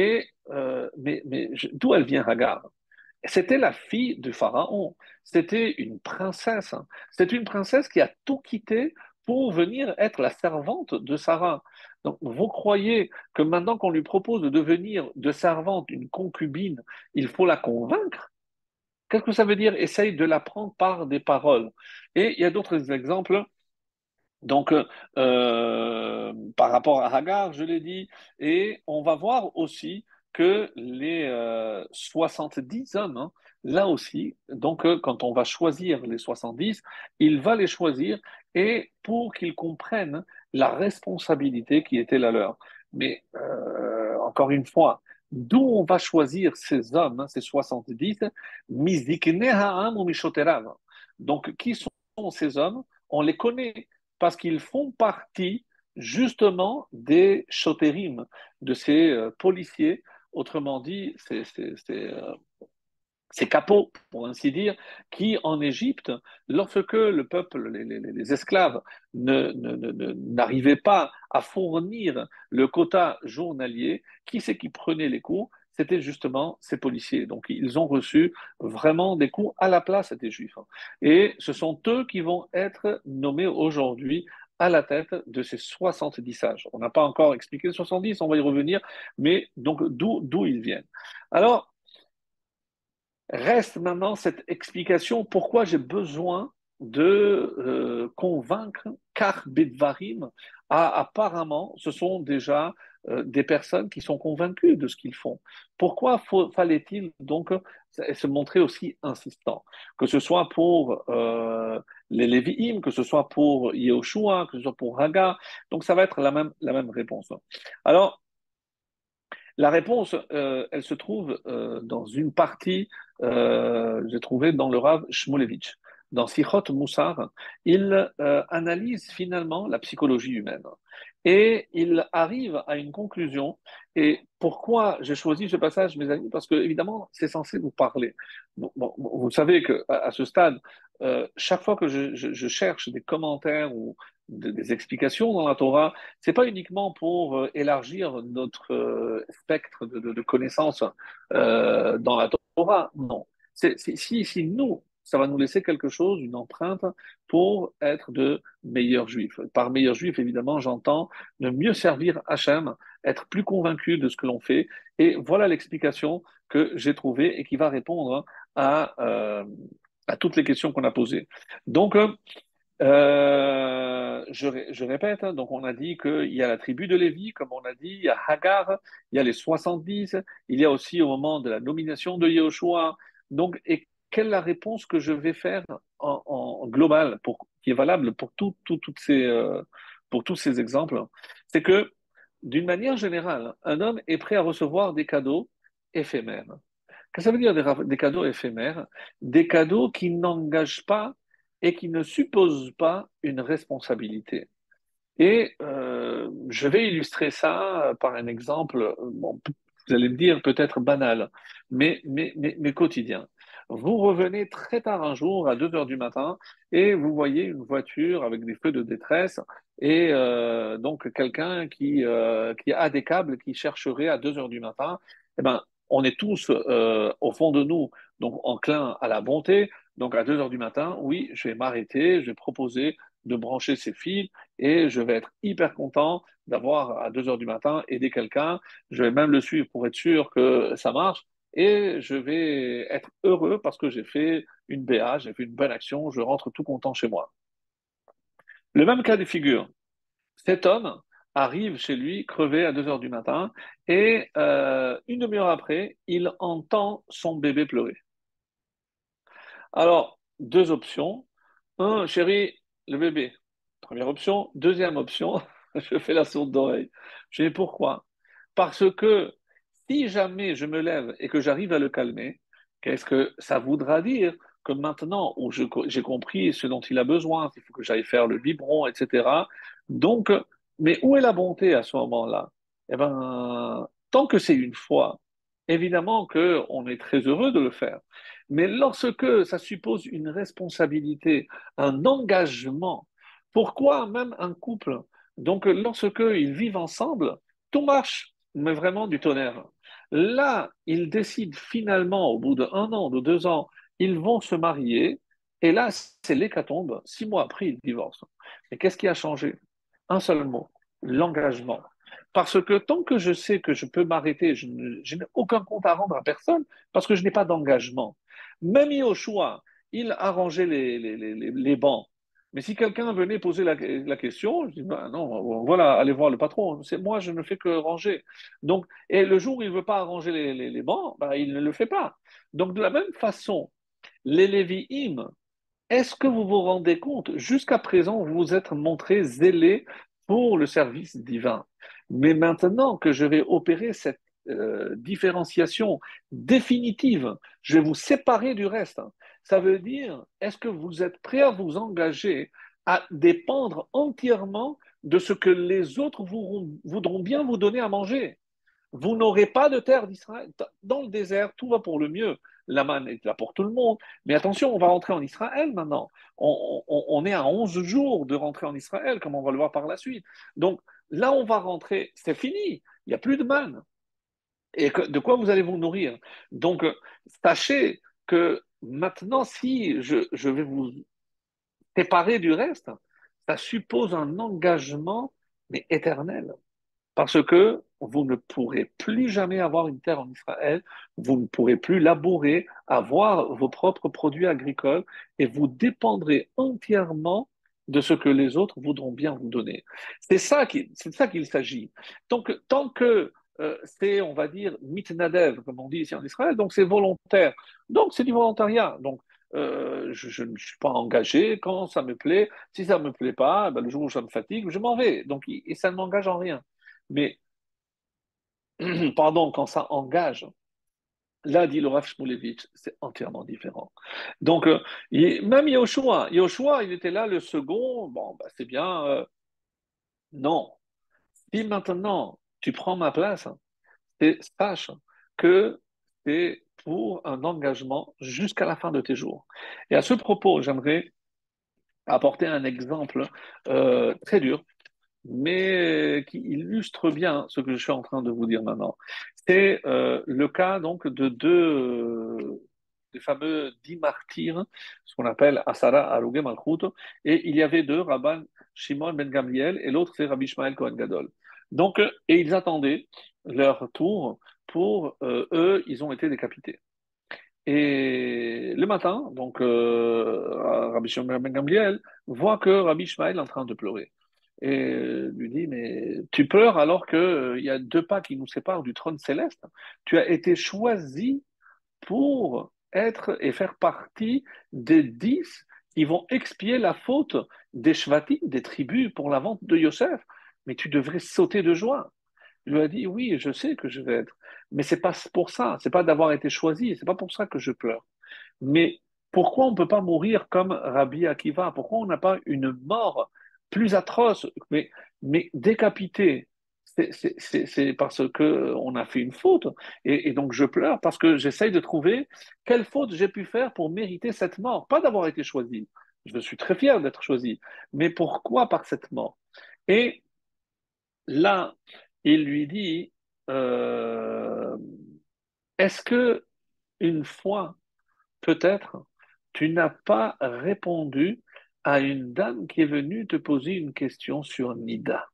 D'où elle vient Hagar? C'était la fille du pharaon. C'était une princesse. C'était une princesse qui a tout quitté pour venir être la servante de Sarah. Donc, vous croyez que maintenant qu'on lui propose de devenir de servante une concubine, il faut la convaincre? Qu'est-ce que ça veut dire? Essaye de la prendre par des paroles. Et il y a d'autres exemples. Donc, par rapport à Hagar, je l'ai dit, et on va voir aussi que les 70 hommes, hein, là aussi, donc quand on va choisir les 70, il va les choisir et pour qu'ils comprennent la responsabilité qui était la leur. Mais encore une fois, d'où on va choisir ces hommes, hein, ces 70, Mizikne ha'am ou Mishoterav. Donc, qui sont ces hommes? On les connaît parce qu'ils font partie justement des chotérim, de ces policiers, autrement dit, ces capots, pour ainsi dire, qui en Égypte, lorsque le peuple, les esclaves, n'arrivaient pas à fournir le quota journalier, qui c'est qui prenait les coups? C'était justement ces policiers. Donc, ils ont reçu vraiment des coups à la place des Juifs. Et ce sont eux qui vont être nommés aujourd'hui à la tête de ces 70 sages. On n'a pas encore expliqué les 70, on va y revenir, mais donc d'où ils viennent. Alors, reste maintenant cette explication pourquoi j'ai besoin de convaincre, car Bedvarim, apparemment, ce sont déjà des personnes qui sont convaincues de ce qu'ils font. Pourquoi fallait-il donc se montrer aussi insistant? Que ce soit pour les Lévi'im, que ce soit pour Yehoshua, que ce soit pour Hagar, donc ça va être la même réponse. Alors, la réponse, elle se trouve dans une partie, j'ai trouvé dans le Rav Shmulevitch. Dans Sichot Moussar, il analyse finalement la psychologie humaine. Et il arrive à une conclusion. Et pourquoi j'ai choisi ce passage, mes amis? Parce que, évidemment, c'est censé vous parler. Vous savez qu'à à ce stade, chaque fois que je cherche des commentaires ou des explications dans la Torah, c'est pas uniquement pour élargir notre spectre de connaissances dans la Torah, non. Si nous, ça va nous laisser quelque chose, une empreinte pour être de meilleurs juifs. Par meilleurs juifs, évidemment, j'entends de mieux servir Hachem, être plus convaincu de ce que l'on fait. Et voilà l'explication que j'ai trouvée et qui va répondre à toutes les questions qu'on a posées. Donc, je répète, hein, donc on a dit qu'il y a la tribu de Lévi, comme on a dit, il y a Hagar, il y a les 70, il y a aussi au moment de la nomination de Yehoshua. Donc, et quelle est la réponse que je vais faire en global, qui est valable pour, pour tous ces exemples? C'est que, d'une manière générale, un homme est prêt à recevoir des cadeaux éphémères. Qu'est-ce que ça veut dire des cadeaux éphémères? Des cadeaux qui n'engagent pas et qui ne supposent pas une responsabilité. Et je vais illustrer ça par un exemple, bon, vous allez me dire peut-être banal, mais quotidien. Vous revenez très tard un jour, à 2 heures du matin, et vous voyez une voiture avec des feux de détresse, et donc quelqu'un qui a des câbles qui chercherait à 2 heures du matin. Eh ben, on est tous au fond de nous, donc enclins à la bonté. Donc à 2 heures du matin, oui, je vais m'arrêter, je vais proposer de brancher ces fils et je vais être hyper content d'avoir à 2 heures du matin aidé quelqu'un. Je vais même le suivre pour être sûr que ça marche et je vais être heureux parce que j'ai fait une BA, j'ai fait une bonne action, je rentre tout content chez moi. Le même cas de figure, cet homme arrive chez lui crevé à 2 heures du matin et une demi-heure après, il entend son bébé pleurer. Alors, deux options. Un, chérie, le bébé. Première option. Deuxième option, je fais la sourde d'oreille. Je dis pourquoi? Parce que si jamais je me lève et que j'arrive à le calmer, qu'est-ce que ça voudra dire? Que maintenant où j'ai compris ce dont il a besoin, il faut que j'aille faire le biberon, etc. Donc, mais où est la bonté à ce moment-là? Eh bien, tant que c'est une fois, évidemment qu'on est très heureux de le faire. Mais lorsque ça suppose une responsabilité, un engagement, pourquoi même un couple? Donc, lorsque ils vivent ensemble, tout marche, mais vraiment du tonnerre. Là, ils décident finalement, au bout d'un an, de 2 ans, ils vont se marier, et là, c'est l'hécatombe. 6 mois après, ils divorcent. Mais qu'est-ce qui a changé? Un seul mot, l'engagement. Parce que tant que je sais que je peux m'arrêter, je n'ai aucun compte à rendre à personne, parce que je n'ai pas d'engagement. Même Yoshua, il a rangé les bancs. Mais si quelqu'un venait poser la question, je dis, ben non, voilà, allez voir le patron. C'est moi, je ne fais que ranger. Donc, et le jour où il ne veut pas arranger les bancs, ben, il ne le fait pas. Donc, de la même façon, les Lévi'im, est-ce que vous vous rendez compte, jusqu'à présent, vous vous êtes montré zélé pour le service divin. Mais maintenant que je vais opérer cette différenciation définitive, je vais vous séparer du reste. Ça veut dire, est-ce que vous êtes prêt à vous engager à dépendre entièrement de ce que les autres voudront bien vous donner à manger? Vous n'aurez pas de terre d'Israël. Dans le désert, tout va pour le mieux. La manne est là pour tout le monde. Mais attention, on va rentrer en Israël maintenant. On est à 11 jours de rentrer en Israël, comme on va le voir par la suite. Donc là, on va rentrer, c'est fini. Il n'y a plus de manne. Et de quoi vous allez vous nourrir? Donc, sachez que maintenant, si je vais vous séparer du reste, ça suppose un engagement, mais éternel. Parce que vous ne pourrez plus jamais avoir une terre en Israël, vous ne pourrez plus labourer, avoir vos propres produits agricoles, et vous dépendrez entièrement de ce que les autres voudront bien vous donner. C'est de ça qu'il s'agit. Donc, tant que c'est, on va dire, mitnadev, comme on dit ici en Israël, donc c'est volontaire. Donc, c'est du volontariat. Donc, je ne suis pas engagé quand ça me plaît. Si ça ne me plaît pas, ben, le jour où ça me fatigue, je m'en vais. Donc, et ça ne m'engage en rien. Mais, pardon, quand ça engage, là, dit le Rav Shmulevitch, c'est entièrement différent. Donc, même Yoshua, il était là, le second, bon, bah, c'est bien. Non. Si maintenant tu prends ma place, sache que c'est pour un engagement jusqu'à la fin de tes jours. Et à ce propos, j'aimerais apporter un exemple très dur mais qui illustre bien ce que je suis en train de vous dire maintenant. C'est le cas donc de deux des fameux 10 martyrs, ce qu'on appelle Asara Harugé Malchut, et il y avait deux, Rabban Shimon ben Gamliel et l'autre c'est Rabbi Ishmael Cohen Gadol. Donc, et ils attendaient leur tour pour eux, ils ont été décapités. Et le matin, donc Rabbi Shimon ben Gamliel voit que Rabbi Ishmael est en train de pleurer et lui dit, mais tu pleures alors qu'il y a 2 pas qui nous séparent du trône céleste. Tu as été choisi pour être et faire partie des 10 qui vont expier la faute des Shvatim, des tribus, pour la vente de Yosef. Mais tu devrais sauter de joie. Il lui a dit, oui, je sais que je vais être, mais c'est pas pour ça, c'est pas d'avoir été choisi, c'est pas pour ça que je pleure. Mais pourquoi on ne peut pas mourir comme Rabbi Akiva? Pourquoi on n'a pas une mort plus atroce, mais décapité? C'est parce qu'on a fait une faute. Et donc je pleure parce que j'essaye de trouver quelle faute j'ai pu faire pour mériter cette mort. Pas d'avoir été choisi. Je suis très fier d'être choisi. Mais pourquoi par cette mort? Et là, il lui dit, euh, est-ce que une fois peut-être, tu n'as pas répondu à une dame qui est venue te poser une question sur Nida.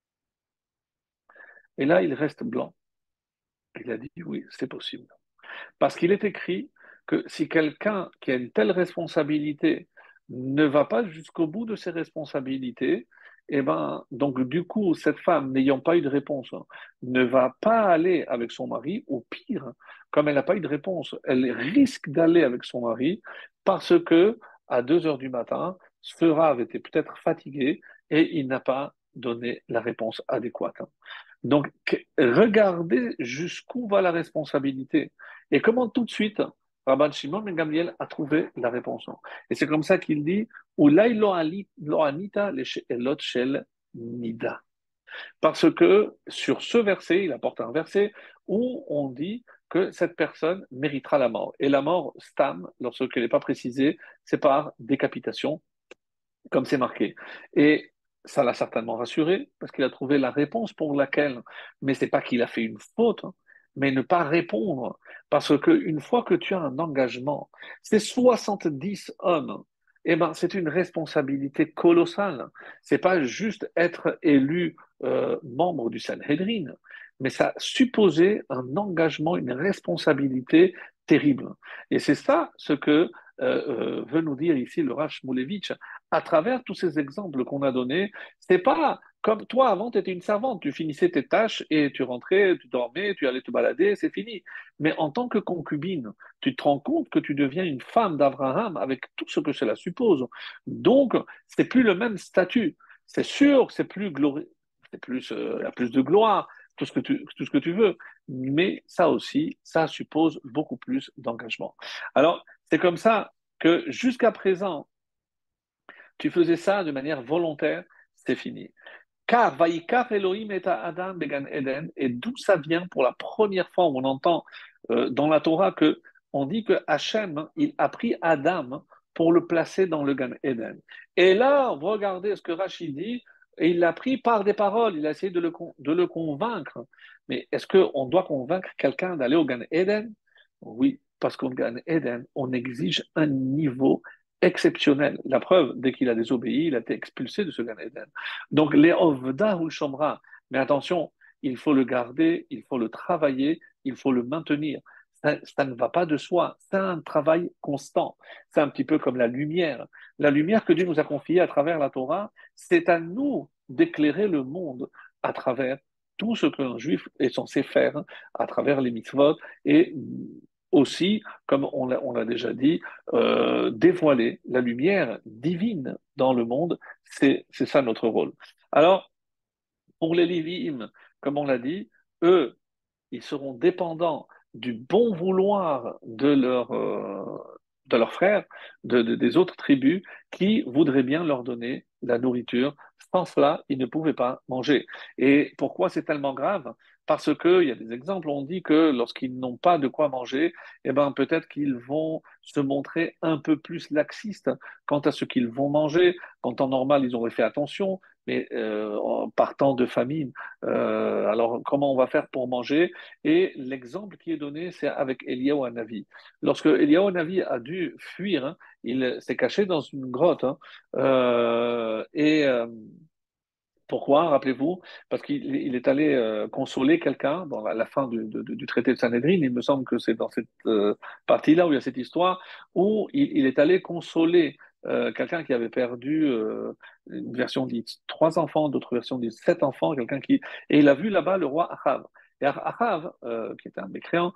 Et là, il reste blanc. Il a dit oui, c'est possible. Parce qu'il est écrit que si quelqu'un qui a une telle responsabilité ne va pas jusqu'au bout de ses responsabilités, eh ben, donc du coup, cette femme n'ayant pas eu de réponse ne va pas aller avec son mari, ou pire, comme elle n'a pas eu de réponse, elle risque d'aller avec son mari parce que à 2 heures du matin, ce Rav était peut-être fatigué et il n'a pas donné la réponse adéquate. Donc, regardez jusqu'où va la responsabilité et comment tout de suite Rabban Shimon ben Gamliel a trouvé la réponse. Et c'est comme ça qu'il dit Ulai lo anita elot shel nida. Parce que sur ce verset, il apporte un verset où on dit que cette personne méritera la mort. Et la mort, stam, lorsqu'elle n'est pas précisée, c'est par décapitation, comme c'est marqué. Et ça l'a certainement rassuré, parce qu'il a trouvé la réponse pour laquelle, mais c'est pas qu'il a fait une faute, hein, mais ne pas répondre. Parce qu'une fois que tu as un engagement, c'est 70 hommes, eh ben, c'est une responsabilité colossale. C'est pas juste être élu membre du Sanhedrin, mais ça supposait un engagement, une responsabilité terrible. Et c'est ça ce que veut nous dire ici le Rav Shmulevitch à travers tous ces exemples qu'on a donnés. C'est pas comme toi, avant, tu étais une servante, tu finissais tes tâches et tu rentrais, tu dormais, tu allais te balader, c'est fini. Mais en tant que concubine, tu te rends compte que tu deviens une femme d'Abraham avec tout ce que cela suppose. Donc, c'est plus le même statut. C'est sûr que c'est plus glorieux, c'est plus, il y a plus de gloire, tout ce que tu veux. Mais ça aussi, ça suppose beaucoup plus d'engagement. Alors, c'est comme ça que jusqu'à présent, tu faisais ça de manière volontaire, c'est fini. Car Vaikar Elohim et Adam Began Eden, et d'où ça vient pour la première fois où on entend dans la Torah que on dit que Hachem, il a pris Adam pour le placer dans le Gan Eden. Et là, regardez ce que Rachid dit, et il l'a pris par des paroles, il a essayé de le convaincre. Mais est-ce qu'on doit convaincre quelqu'un d'aller au Gan Eden? Oui, parce qu'au Gan Eden, on exige un niveau exceptionnel. La preuve, dès qu'il a désobéi, il a été expulsé de ce Gan Eden. Donc, les Ovda ou Shomra, mais attention, il faut le garder, il faut le travailler, il faut le maintenir. Ça ne va pas de soi, c'est un travail constant. C'est un petit peu comme la lumière. La lumière que Dieu nous a confiée à travers la Torah, c'est à nous d'éclairer le monde à travers tout ce qu'un juif est censé faire, à travers les mitzvot, et aussi, comme on l'a déjà dit, dévoiler la lumière divine dans le monde, c'est ça notre rôle. Alors, pour les Lévi'im, comme on l'a dit, eux, ils seront dépendants du bon vouloir de leurs frères, des autres tribus, qui voudraient bien leur donner la nourriture. Sans cela, ils ne pouvaient pas manger. Et pourquoi c'est tellement grave? Parce qu'il y a des exemples, on dit que lorsqu'ils n'ont pas de quoi manger, eh ben, peut-être qu'ils vont se montrer un peu plus laxistes quant à ce qu'ils vont manger. Quand en normal, ils auraient fait attention, mais en partant de famine, alors comment on va faire pour manger? Et l'exemple qui est donné, c'est avec Eliyahu Hanavi. Lorsque Eliyahu Hanavi a dû fuir, hein, il s'est caché dans une grotte. Hein, pourquoi, rappelez-vous? Parce qu'il est allé consoler quelqu'un dans la fin du traité de Sanhédrin. Il me semble que c'est dans cette partie-là où il y a cette histoire, où il est allé consoler quelqu'un qui avait perdu, une version dit 3 enfants, d'autres versions disent 7 enfants, et il a vu là-bas le roi Achav. Et Achav, qui était un mécréant,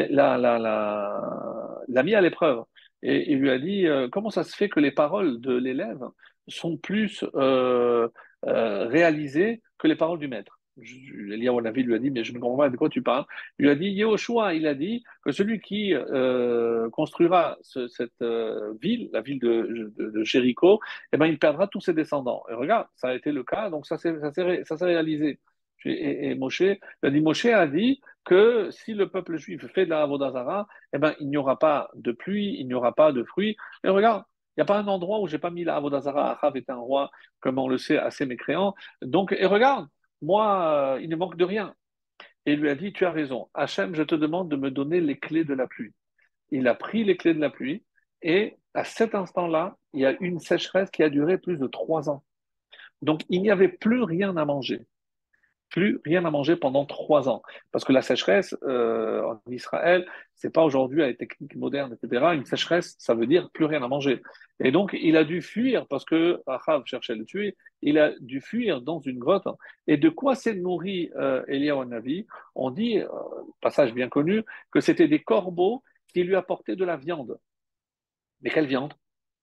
l'a mis à l'épreuve. Et il lui a dit, comment ça se fait que les paroles de l'élève sont plus réalisées que les paroles du maître? Eliyahu Hanavi lui a dit, mais je ne comprends pas de quoi tu parles. Il lui a dit, Yehoshua, il a dit que celui qui construira cette ville, la ville de Jéricho, eh ben, il perdra tous ses descendants. Et regarde, ça a été le cas, donc ça s'est réalisé. Et Moshe, il a dit, Moshe a dit que si le peuple juif fait de la Avodah Zarah, eh ben, il n'y aura pas de pluie, il n'y aura pas de fruits. Et regarde, il n'y a pas un endroit où j'ai pas mis la Avodah Zarah. Achav est un roi, comme on le sait, assez mécréant. Donc, et regarde, moi, il ne manque de rien. Et il lui a dit, tu as raison. Hachem, je te demande de me donner les clés de la pluie. Il a pris les clés de la pluie et à cet instant-là, il y a eu une sécheresse qui a duré plus de 3 ans. Donc, il n'y avait plus rien à manger, plus rien à manger pendant 3 ans. Parce que la sécheresse en Israël, c'est pas aujourd'hui avec les techniques modernes, etc. Une sécheresse, ça veut dire plus rien à manger. Et donc, il a dû fuir parce que Achav cherchait à le tuer. il a dû fuir dans une grotte. Et de quoi s'est nourri Eliyahu Navi? On dit, passage bien connu, que c'était des corbeaux qui lui apportaient de la viande. Mais quelle viande?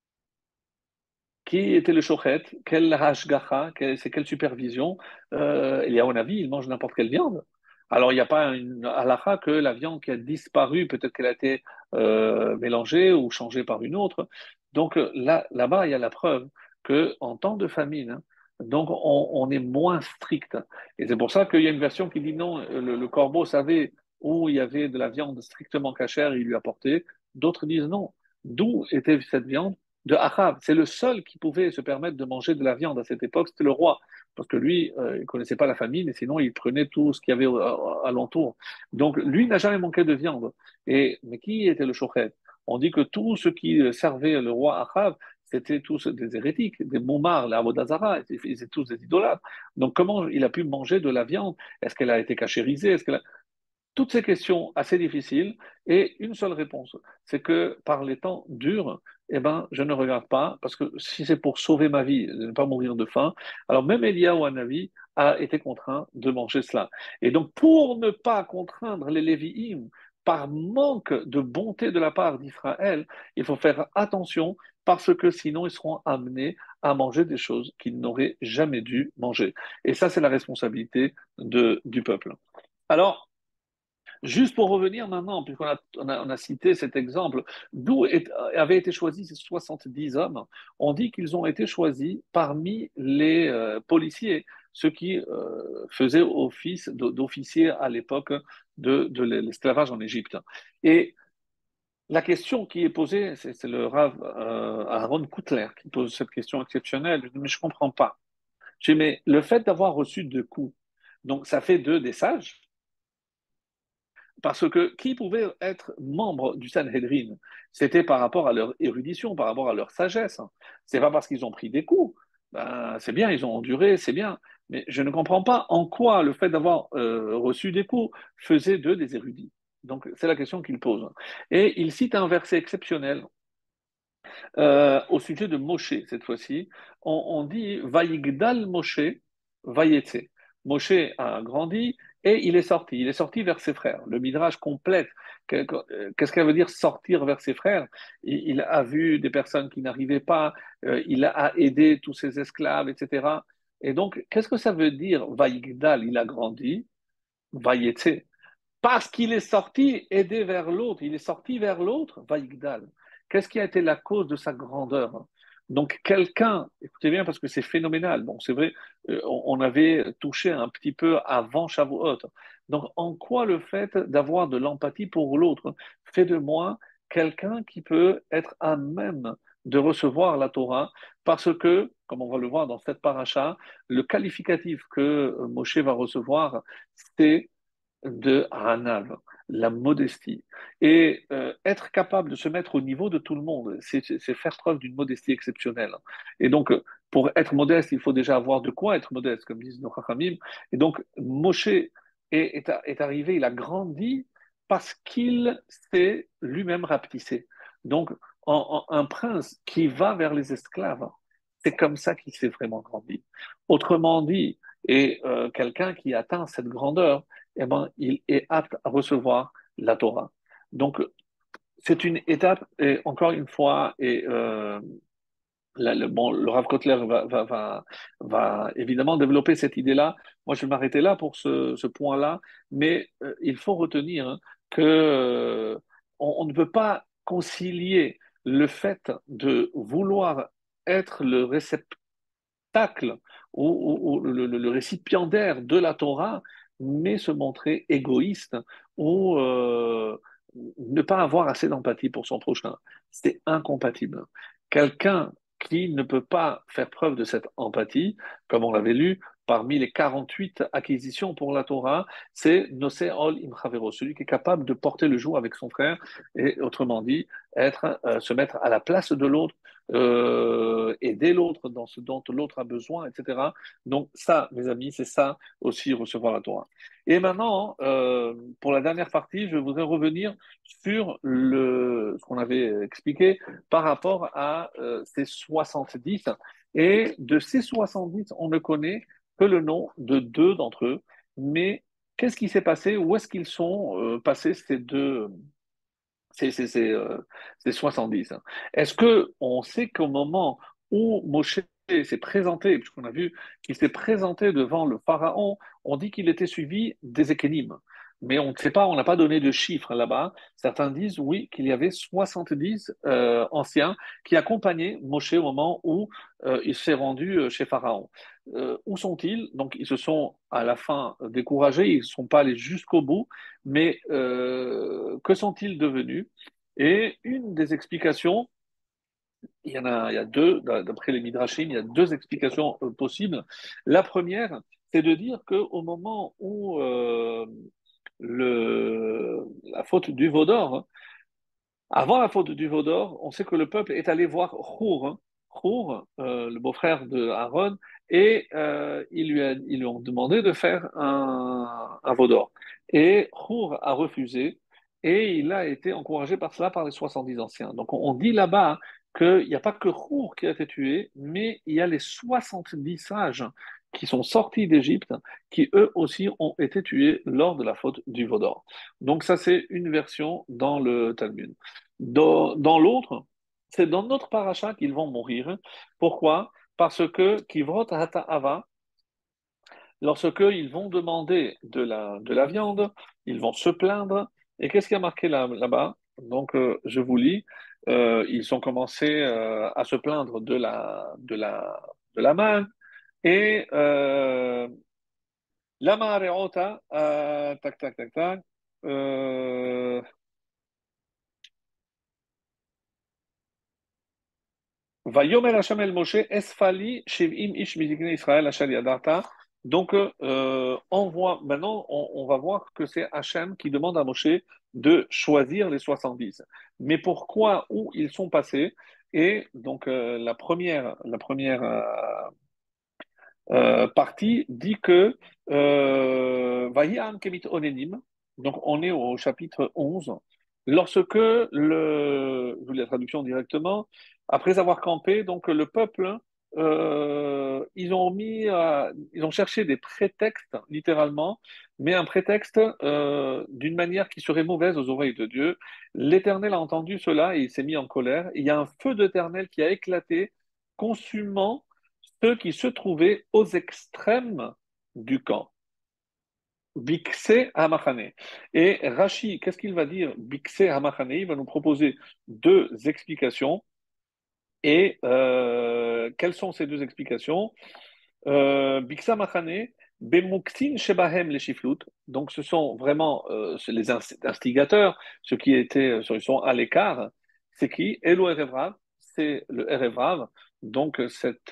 Qui était le shochet? Quel hashgacha? C'est quelle supervision? Il y a, à mon avis, il mange n'importe quelle viande. Alors, il n'y a pas une halakha que la viande qui a disparu, peut-être qu'elle a été mélangée ou changée par une autre. Donc là-bas, il y a la preuve que en temps de famine, hein, donc on est moins strict. Et c'est pour ça qu'il y a une version qui dit non, le corbeau savait où il y avait de la viande strictement cachère, il lui apportait. D'autres disent non. D'où était cette viande? De Achav. C'est le seul qui pouvait se permettre de manger de la viande à cette époque, c'était le roi. Parce que lui, il ne connaissait pas la famine, et sinon il prenait tout ce qu'il y avait alentour. Donc lui n'a jamais manqué de viande. Mais qui était le shochet? On dit que tout ce qui servait le roi Achav, c'était tous des hérétiques, des moumards, les Avodazara, ils étaient tous des idolâtres. Donc comment il a pu manger de la viande? Est-ce qu'elle a été cachérisée? Toutes ces questions assez difficiles et une seule réponse, c'est que par les temps durs, eh ben, je ne regarde pas parce que si c'est pour sauver ma vie, de ne pas mourir de faim, alors même Eliyahu Hanavi a été contraint de manger cela. Et donc, pour ne pas contraindre les Lévi'im, par manque de bonté de la part d'Israël, il faut faire attention parce que sinon ils seront amenés à manger des choses qu'ils n'auraient jamais dû manger. Et ça, c'est la responsabilité du peuple. Alors, juste pour revenir maintenant, puisqu'on a cité cet exemple, avaient été choisis ces 70 hommes? On dit qu'ils ont été choisis parmi les policiers, ceux qui faisaient office d'officiers à l'époque de l'esclavage en Égypte. Et la question qui est posée, c'est le Rav Aaron Koutler qui pose cette question exceptionnelle. Je dis, mais je ne comprends pas. Je dis, mais le fait d'avoir reçu 2 coups, donc ça fait d'eux des sages? Parce que qui pouvait être membre du Sanhedrin? C'était par rapport à leur érudition, par rapport à leur sagesse. C'est pas parce qu'ils ont pris des coups. Ben, c'est bien, ils ont enduré, c'est bien. Mais je ne comprends pas en quoi le fait d'avoir reçu des coups faisait d'eux des érudits. Donc, c'est la question qu'il pose. Et il cite un verset exceptionnel au sujet de Moshe, cette fois-ci. On dit Vaïgdal Moshe, Vayetse. Moshe a grandi et il est sorti. Il est sorti vers ses frères. Le Midrash complète. Qu'est-ce qu'elle veut dire sortir vers ses frères? Il a vu des personnes qui n'arrivaient pas, il a aidé tous ses esclaves, etc. Et donc, qu'est-ce que ça veut dire Vaïgdal? Il a grandi, Vayetse. Parce qu'il est sorti aider vers l'autre, il est sorti vers l'autre, Vaïgdal. Qu'est-ce qui a été la cause de sa grandeur? Donc quelqu'un, écoutez bien parce que c'est phénoménal, bon c'est vrai, on avait touché un petit peu avant Shavuot. Donc en quoi le fait d'avoir de l'empathie pour l'autre fait de moi quelqu'un qui peut être à même de recevoir la Torah parce que, comme on va le voir dans cette paracha, le qualificatif que Moshe va recevoir, c'est de Hanav, la modestie. Et être capable de se mettre au niveau de tout le monde, c'est faire preuve d'une modestie exceptionnelle. Et donc, pour être modeste, il faut déjà avoir de quoi être modeste, comme disent nos Chachamim. Et donc, Moshe est arrivé, il a grandi parce qu'il s'est lui-même rapetissé. Donc, un prince qui va vers les esclaves, c'est comme ça qu'il s'est vraiment grandi. Autrement dit, et quelqu'un qui atteint cette grandeur, eh ben, il est apte à recevoir la Torah. Donc, c'est une étape, et encore une fois, et bon, le Rav Kotler va évidemment développer cette idée-là. Moi, je vais m'arrêter là pour ce point-là, mais il faut retenir hein, que on ne peut pas concilier le fait de vouloir être le réceptacle ou le récipiendaire de la Torah, mais se montrer égoïste ou ne pas avoir assez d'empathie pour son prochain. C'est incompatible. Quelqu'un qui ne peut pas faire preuve de cette empathie, comme on l'avait lu, parmi les 48 acquisitions pour la Torah, c'est Nosé Ol Imchavero, celui qui est capable de porter le joug avec son frère, et autrement dit, se mettre à la place de l'autre, aider l'autre dans ce dont l'autre a besoin, etc. Donc ça, mes amis, c'est ça aussi recevoir la Torah. Et maintenant, pour la dernière partie, je voudrais revenir sur ce qu'on avait expliqué par rapport à ces 70. Et de ces 70, on ne connaît que le nom de deux d'entre eux. Mais qu'est-ce qui s'est passé? Où est-ce qu'ils sont passés ces deux, ces 70? Est-ce que on sait qu'au moment où Moshe s'est présenté, puisqu'on a vu qu'il s'est présenté devant le pharaon, on dit qu'il était suivi des Ékénim. Mais on ne sait pas, on n'a pas donné de chiffres là-bas. Certains disent oui, qu'il y avait 70 anciens qui accompagnaient Moshe au moment où il s'est rendu chez Pharaon. Où sont-ils? Donc, ils se sont à la fin découragés, ils ne sont pas allés jusqu'au bout, mais que sont-ils devenus? Et une des explications, il y a deux, d'après les Midrashim, il y a deux explications possibles. La première, c'est de dire qu'au moment où la faute du veau d'or, avant la faute du veau d'or, on sait que le peuple est allé voir Hur, hein. Hur, le beau-frère de Aaron, et ils lui ont demandé de faire un veau d'or. Et Hur a refusé, et il a été encouragé par cela par les 70 anciens. Donc on dit là-bas qu'il n'y a pas que Hur qui a été tué, mais il y a les 70 sages qui sont sortis d'Égypte, qui eux aussi ont été tués lors de la faute du veau d'or. Donc ça, c'est une version dans le Talmud. Dans l'autre, c'est dans notre paracha qu'ils vont mourir. Pourquoi? Parce que Kivrot Ava, lorsque ils vont demander de la viande, ils vont se plaindre. Et qu'est-ce qui a marqué là-bas? Donc, je vous lis. Ils ont commencé à se plaindre de la manne. Et la Mahareota, tac, tac, tac, tac. euh, Vayomer Hashem el Moshe, Esfali, Shivim Ish Midikne Israël, Hachal Yadarta. Donc, maintenant, on va voir que c'est Hachem qui demande à Moshe de choisir les 70. Mais pourquoi, où ils sont passés? Et donc, la première partie dit que Vahiam Kemit Onenim, donc on est au chapitre 11, lorsque je vous lis la traduction directement, après avoir campé, donc le peuple, ils ont cherché des prétextes, littéralement, mais un prétexte d'une manière qui serait mauvaise aux oreilles de Dieu. L'Éternel a entendu cela et il s'est mis en colère. Il y a un feu d'Éternel qui a éclaté, consumant ceux qui se trouvaient aux extrêmes du camp. Bixé Hamachane. Et Rashi, qu'est-ce qu'il va dire? Bixé Hamachane, il va nous proposer deux explications. Et quelles sont ces deux explications? Bixa Machane, Bemuktin Shebahem les Shiflut. Donc ce sont vraiment c'est les instigateurs, ceux qui ils sont à l'écart. C'est qui? Elo Erevrav, c'est le Erevrav. Donc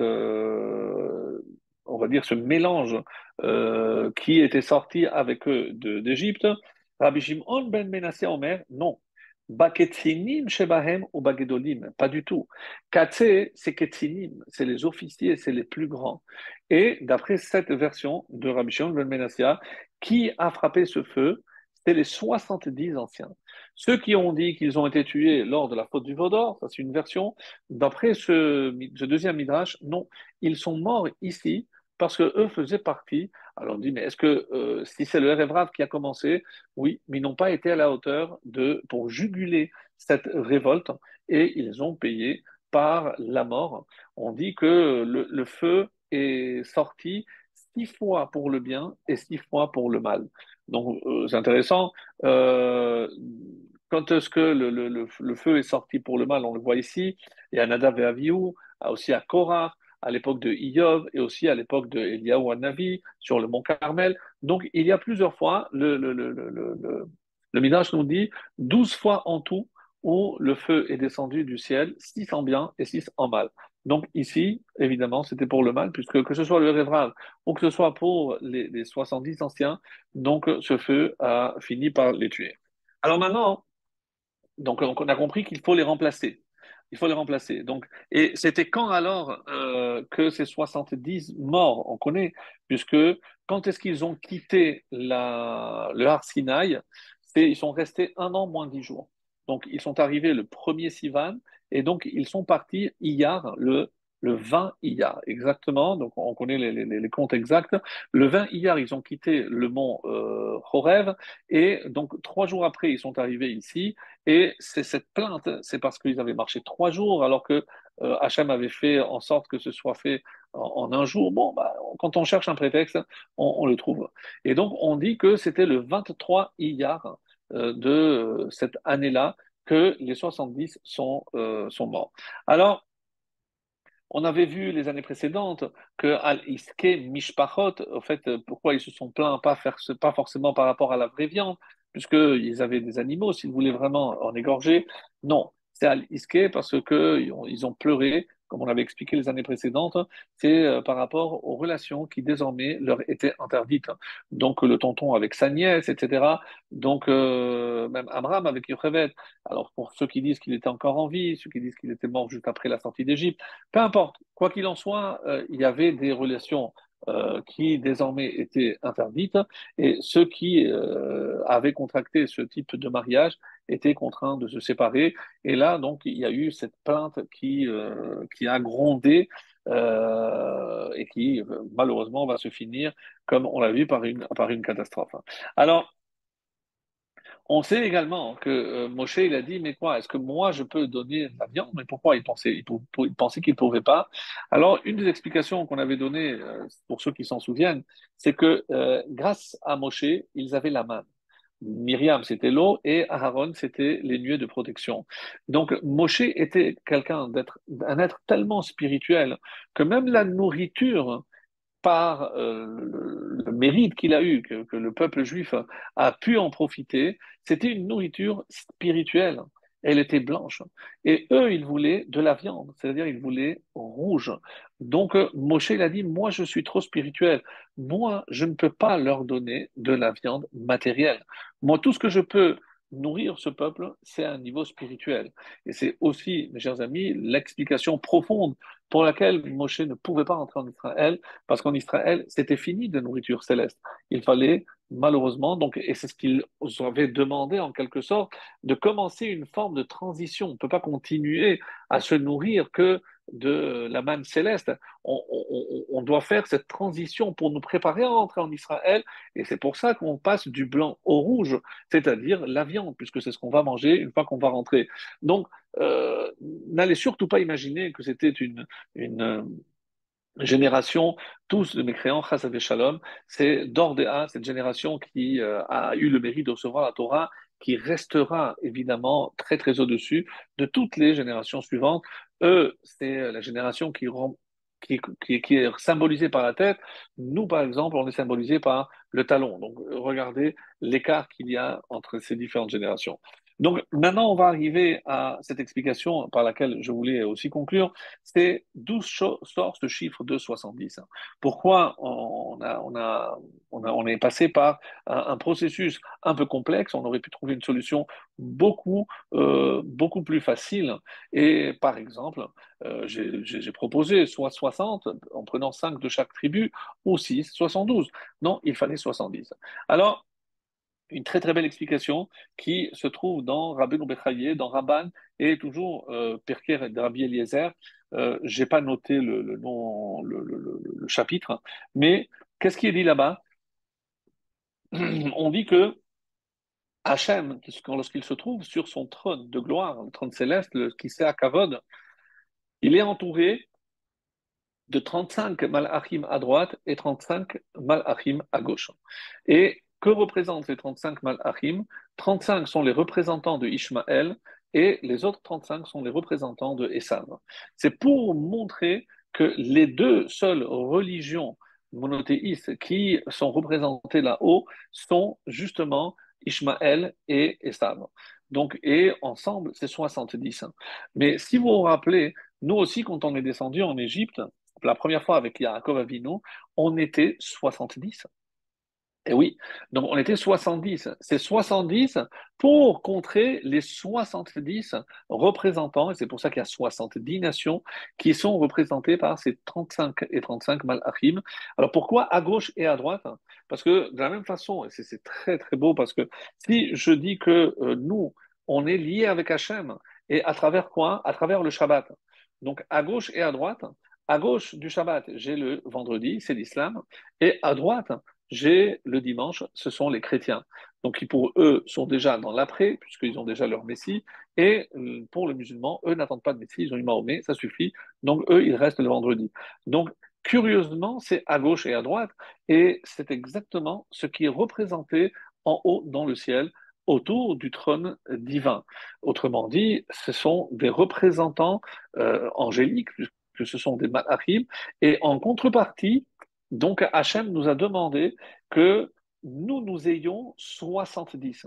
on va dire ce mélange qui était sorti avec eux d'Égypte. Rabbi Shimon ben Menasseh Omer, non. Baketzinim Shebahem ou Bagedolim, pas du tout. Katsé, c'est Ketzinim, c'est les officiers, c'est les plus grands. Et d'après cette version de Rabbi Shimon ben Menassia, qui a frappé ce feu? C'est les 70 anciens. Ceux qui ont dit qu'ils ont été tués lors de la faute du veau d'or, ça c'est une version. D'après ce deuxième midrash, non, ils sont morts ici parce que eux faisaient partie. Alors on dit, mais est-ce que si c'est le Révrave qui a commencé, oui, mais ils n'ont pas été à la hauteur pour juguler cette révolte et ils ont payé par la mort. On dit que le feu est sorti 6 fois pour le bien et 6 fois pour le mal. Donc c'est intéressant. Quand est-ce que le feu est sorti pour le mal, on le voit ici. Il y a Nadav et Avihu, aussi à Korah, à l'époque de Iyov et aussi à l'époque de Eliyahu Hanavi sur le mont Carmel. Donc il y a plusieurs fois, le Midrash nous dit 12 fois en tout où le feu est descendu du ciel, 6 en bien et 6 en mal. Donc ici, évidemment, c'était pour le mal, puisque que ce soit le Révrave ou que ce soit pour les 70 anciens, donc ce feu a fini par les tuer. Alors maintenant, donc on a compris qu'il faut les remplacer. Il faut les remplacer. Donc, et c'était quand alors que ces 70 morts, on connaît, puisque quand est-ce qu'ils ont quitté le Har Sinaï? Ils sont restés 1 an moins 10 jours. Donc, ils sont arrivés le 1er Sivan, et donc ils sont partis Iyar, le 20 Iyar, exactement. Donc, on connaît les comptes exacts. Le 20 Iyar, ils ont quitté le mont Horeb, et donc 3 jours après, ils sont arrivés ici. Et c'est cette plainte, c'est parce qu'ils avaient marché 3 jours, alors que Hachem avait fait en sorte que ce soit fait en un jour. Bon, bah, quand on cherche un prétexte, on le trouve. Et donc, on dit que c'était le 23 Iyar de cette année-là que les 70 sont morts. Alors, on avait vu les années précédentes que Al-Iske Mishpachot, au fait, pourquoi ils se sont plaints, pas forcément par rapport à la vraie viande, puisqu'ils avaient des animaux, s'ils voulaient vraiment en égorger. Non, c'est Al-Iske parce qu'ils ont pleuré, comme on avait expliqué les années précédentes, c'est par rapport aux relations qui désormais leur étaient interdites. Donc le tonton avec sa nièce, etc. Donc même Abraham avec Yocheved. Alors pour ceux qui disent qu'il était encore en vie, ceux qui disent qu'il était mort juste après la sortie d'Égypte, peu importe, quoi qu'il en soit, il y avait des relations qui désormais étaient interdites et ceux qui avaient contracté ce type de mariage étaient contraints de se séparer. Et là, donc, il y a eu cette plainte qui a grondé et qui, malheureusement, va se finir, comme on l'a vu, par une catastrophe. Alors, on sait également que Moshe, il a dit, mais quoi, est-ce que moi, je peux donner de la viande? Mais pourquoi il pensait qu'il ne pouvait pas? Alors, une des explications qu'on avait données, pour ceux qui s'en souviennent, c'est que grâce à Moshe, ils avaient la main. Myriam, c'était l'eau, et Aaron, c'était les nuées de protection. Donc, Moshe était un être tellement spirituel que même la nourriture par le mérite qu'il a eu, que le peuple juif a pu en profiter, c'était une nourriture spirituelle. Elle était blanche. Et eux, ils voulaient de la viande, c'est-à-dire ils voulaient rouge. Donc Moshe, il a dit, moi, je suis trop spirituel. Moi, je ne peux pas leur donner de la viande matérielle. Moi, tout ce que je peux nourrir ce peuple, c'est un niveau spirituel. Et c'est aussi, mes chers amis, l'explication profonde pour laquelle Moshe ne pouvait pas rentrer en Israël, parce qu'en Israël, c'était fini de nourriture céleste. Il fallait, malheureusement, donc, et c'est ce qu'ils avaient demandé en quelque sorte, de commencer une forme de transition. On ne peut pas continuer à se nourrir que de la manne céleste. On doit faire cette transition pour nous préparer à entrer en Israël, et c'est pour ça qu'on passe du blanc au rouge, c'est-à-dire la viande, puisque c'est ce qu'on va manger une fois qu'on va rentrer. Donc, n'allez surtout pas imaginer que c'était une génération, tous de mécréants, chassavé shalom, c'est d'Ordéa, cette génération qui a eu le mérite de recevoir la Torah, qui restera évidemment très très au-dessus de toutes les générations suivantes. Eux, c'est la génération qui est symbolisée par la tête. Nous, par exemple, on est symbolisé par le talon. Donc, regardez l'écart qu'il y a entre ces différentes générations. Donc, maintenant, on va arriver à cette explication par laquelle je voulais aussi conclure, c'est d'où sort ce chiffre de 70. Pourquoi on est passé par un processus un peu complexe, on aurait pu trouver une solution beaucoup plus facile. Et par exemple, j'ai proposé soit 60 en prenant 5 de chaque tribu, ou 6, 72. Non, il fallait 70. Alors, une très très belle explication qui se trouve dans Rabbeinu Bechaye, dans Rabban et toujours Pirkei de Rabbi Eliezer. J'ai pas noté le nom, le chapitre, hein, mais qu'est-ce qui est dit là-bas? On dit que Hachem, lorsqu'il se trouve sur son trône de gloire, le trône céleste, qui c'est à Kavod, il est entouré de 35 malachim à droite et 35 malachim à gauche. Et que représentent ces 35 malachim? 35 sont les représentants de Ishmaël et les autres 35 sont les représentants de Esav. C'est pour montrer que les deux seules religions monothéistes qui sont représentées là-haut sont justement Ishmaël et Esav. Donc, et ensemble, c'est 70. Mais si vous vous rappelez, nous aussi, quand on est descendu en Égypte, la première fois avec Yaakov Avinu, on était 70. Et oui, donc on était 70. C'est 70 pour contrer les 70 représentants, et c'est pour ça qu'il y a 70 nations qui sont représentées par ces 35 et 35 malachim. Alors pourquoi à gauche et à droite? Parce que de la même façon, et c'est très très beau, parce que si je dis que nous, on est liés avec Hachem, et à travers quoi? À travers le Shabbat. Donc à gauche et à gauche du Shabbat, j'ai le vendredi, c'est l'islam, et à droite, j'ai le dimanche, ce sont les chrétiens. Donc, qui pour eux sont déjà dans l'après, puisqu'ils ont déjà leur Messie. Et pour le musulman, eux n'attendent pas de Messie, ils ont eu Mahomet, ça suffit. Donc, eux, ils restent le vendredi. Donc, curieusement, c'est à gauche et à droite. Et c'est exactement ce qui est représenté en haut dans le ciel, autour du trône divin. Autrement dit, ce sont des représentants angéliques, puisque ce sont des malachim. Et en contrepartie, donc, Hachem nous a demandé que nous ayons 70.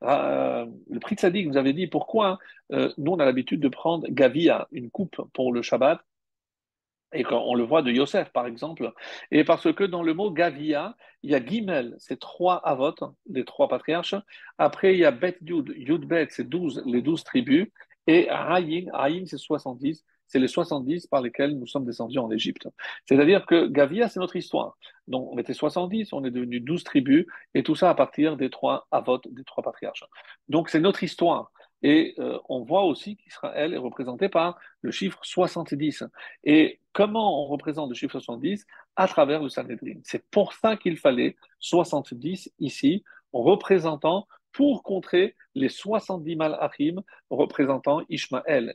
Le prix de Sadiq nous avait dit pourquoi nous, on a l'habitude de prendre Gavia, une coupe pour le Shabbat, et quand on le voit de Yosef, par exemple, et parce que dans le mot Gavia, il y a Gimel, c'est trois Avot, les trois patriarches. Après, il y a Bet Yud, Yud Bet, c'est 12, les 12 tribus. Et Haïm, c'est 70, c'est les 70 par lesquels nous sommes descendus en Égypte. C'est-à-dire que Gavia, c'est notre histoire. Donc, on était 70, on est devenu 12 tribus, et tout ça à partir des trois Avot, des trois patriarches. Donc, c'est notre histoire. Et on voit aussi qu'Israël est représenté par le chiffre 70. Et comment on représente le chiffre 70? À travers le Sanhédrin. C'est pour ça qu'il fallait 70 ici, représentant pour contrer les 70 malachim représentant Ishmaël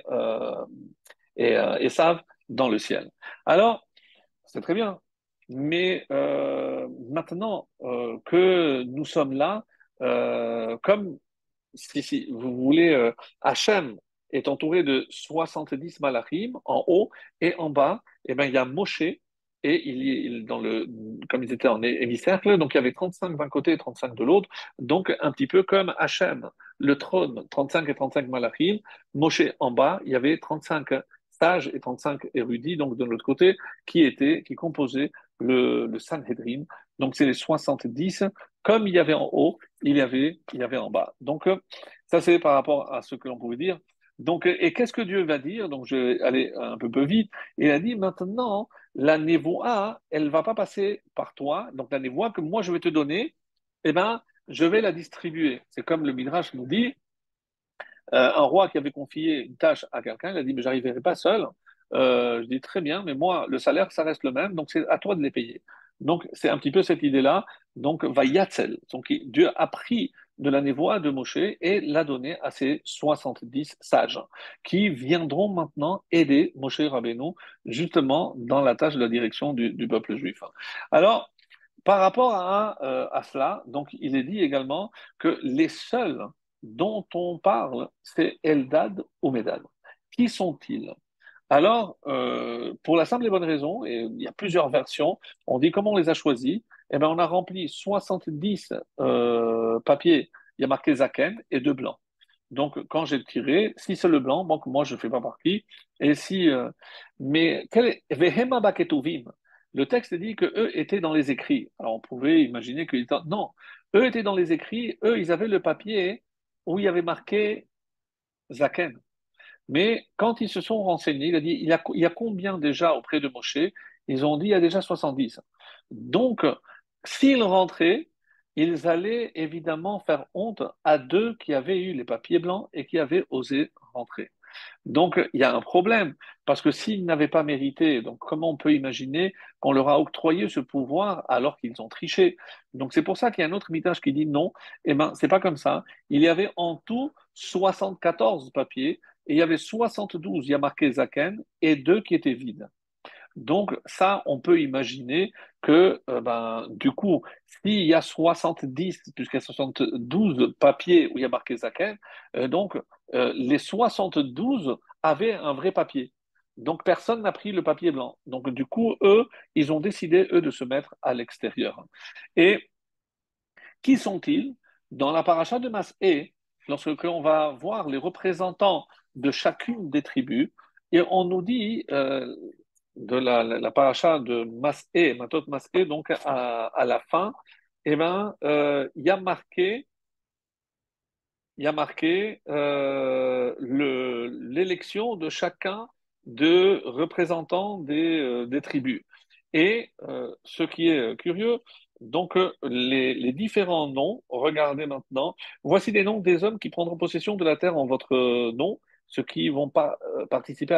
et Esav dans le ciel. Alors, c'est très bien. Mais maintenant que nous sommes là, comme si vous voulez, Hachem est entouré de 70 malachim en haut et en bas, et ben, il y a Moshe et comme ils étaient en hémicercle, donc il y avait 35 d'un côté et 35 de l'autre, donc un petit peu comme Hachem, le trône, 35 et 35 malachim, Moshe en bas, il y avait 35 sages et 35 érudits, donc de l'autre côté, qui composaient le Sanhedrin. Donc c'est les 70, comme il y avait en haut, il y avait en bas. Donc, ça, c'est par rapport à ce que l'on pouvait dire. Donc, et qu'est-ce que Dieu va dire? Donc, je vais aller un peu vite. Il a dit maintenant, la névoie, elle va pas passer par toi. Donc, la névoie que moi, je vais te donner, eh ben, je vais la distribuer. C'est comme le Midrash nous dit, un roi qui avait confié une tâche à quelqu'un, il a dit, mais j'arriverai pas seul. Je dis très bien, mais moi, le salaire, ça reste le même, donc c'est à toi de les payer. Donc, c'est un petit peu cette idée-là. Donc, Vayatzel. Donc, Dieu a pris de la névoie de Moshe et l'a donné à ses 70 sages qui viendront maintenant aider Moshe Rabbeinu justement dans la tâche de la direction du peuple juif. Alors, par rapport à cela, donc il est dit également que les seuls dont on parle, c'est Eldad ou Medad. Qui sont-ils? Alors, pour la simple et bonne raison, et il y a plusieurs versions, on dit comment on les a choisis. Eh bien, on a rempli 70 papiers, il y a marqué Zaken et deux blancs. Donc, quand j'ai tiré, si c'est le blanc, donc moi je ne fais pas partie. Et si, mais Vehema Baketuvim, le texte dit que eux étaient dans les écrits. Alors on pouvait imaginer que non, eux étaient dans les écrits. Eux, ils avaient le papier où il y avait marqué Zaken. Mais quand ils se sont renseignés, il a dit il y a combien déjà auprès de Moshe? Ils ont dit il y a déjà 70. Donc, s'ils rentraient, ils allaient évidemment faire honte à deux qui avaient eu les papiers blancs et qui avaient osé rentrer. Donc, il y a un problème, parce que s'ils n'avaient pas mérité, donc comment on peut imaginer qu'on leur a octroyé ce pouvoir alors qu'ils ont triché? Donc, c'est pour ça qu'il y a un autre mitage qui dit non, eh ben, c'est pas comme ça. Il y avait en tout 74 papiers, et il y avait 72, il y a marqué Zaken, et deux qui étaient vides. Donc, ça, on peut imaginer que, ben, du coup, s'il y a 70 jusqu'à 72 papiers où il y a marqué Zaken, donc, les 72 avaient un vrai papier. Donc, personne n'a pris le papier blanc. Donc, du coup, eux, ils ont décidé, eux, de se mettre à l'extérieur. Et qui sont-ils? Dans la paracha de Mas'é, lorsque on va voir les représentants de chacune des tribus, et on nous dit de la paracha de Mas'é, Matot Mas'é, donc à la fin, eh ben, il y a marqué l'élection de chacun de représentants des tribus. Et ce qui est curieux, donc les différents noms, regardez maintenant, voici les noms des hommes qui prendront possession de la terre en votre nom, ceux qui vont pas participer